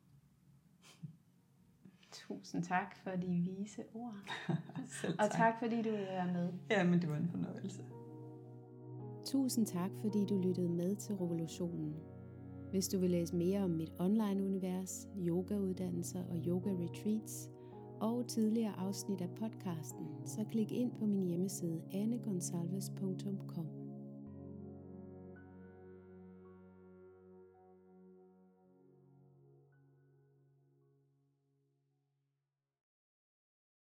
Tusind tak for de vise ord. Og tak fordi du er med. Ja, men det var en fornøjelse. Tusind tak fordi du lyttede med til Revolutionen. Hvis du vil læse mere om mit online-univers, yogauddannelser og yoga-retreats, og tidligere afsnit af podcasten, så klik ind på min hjemmeside annegonsalves.com.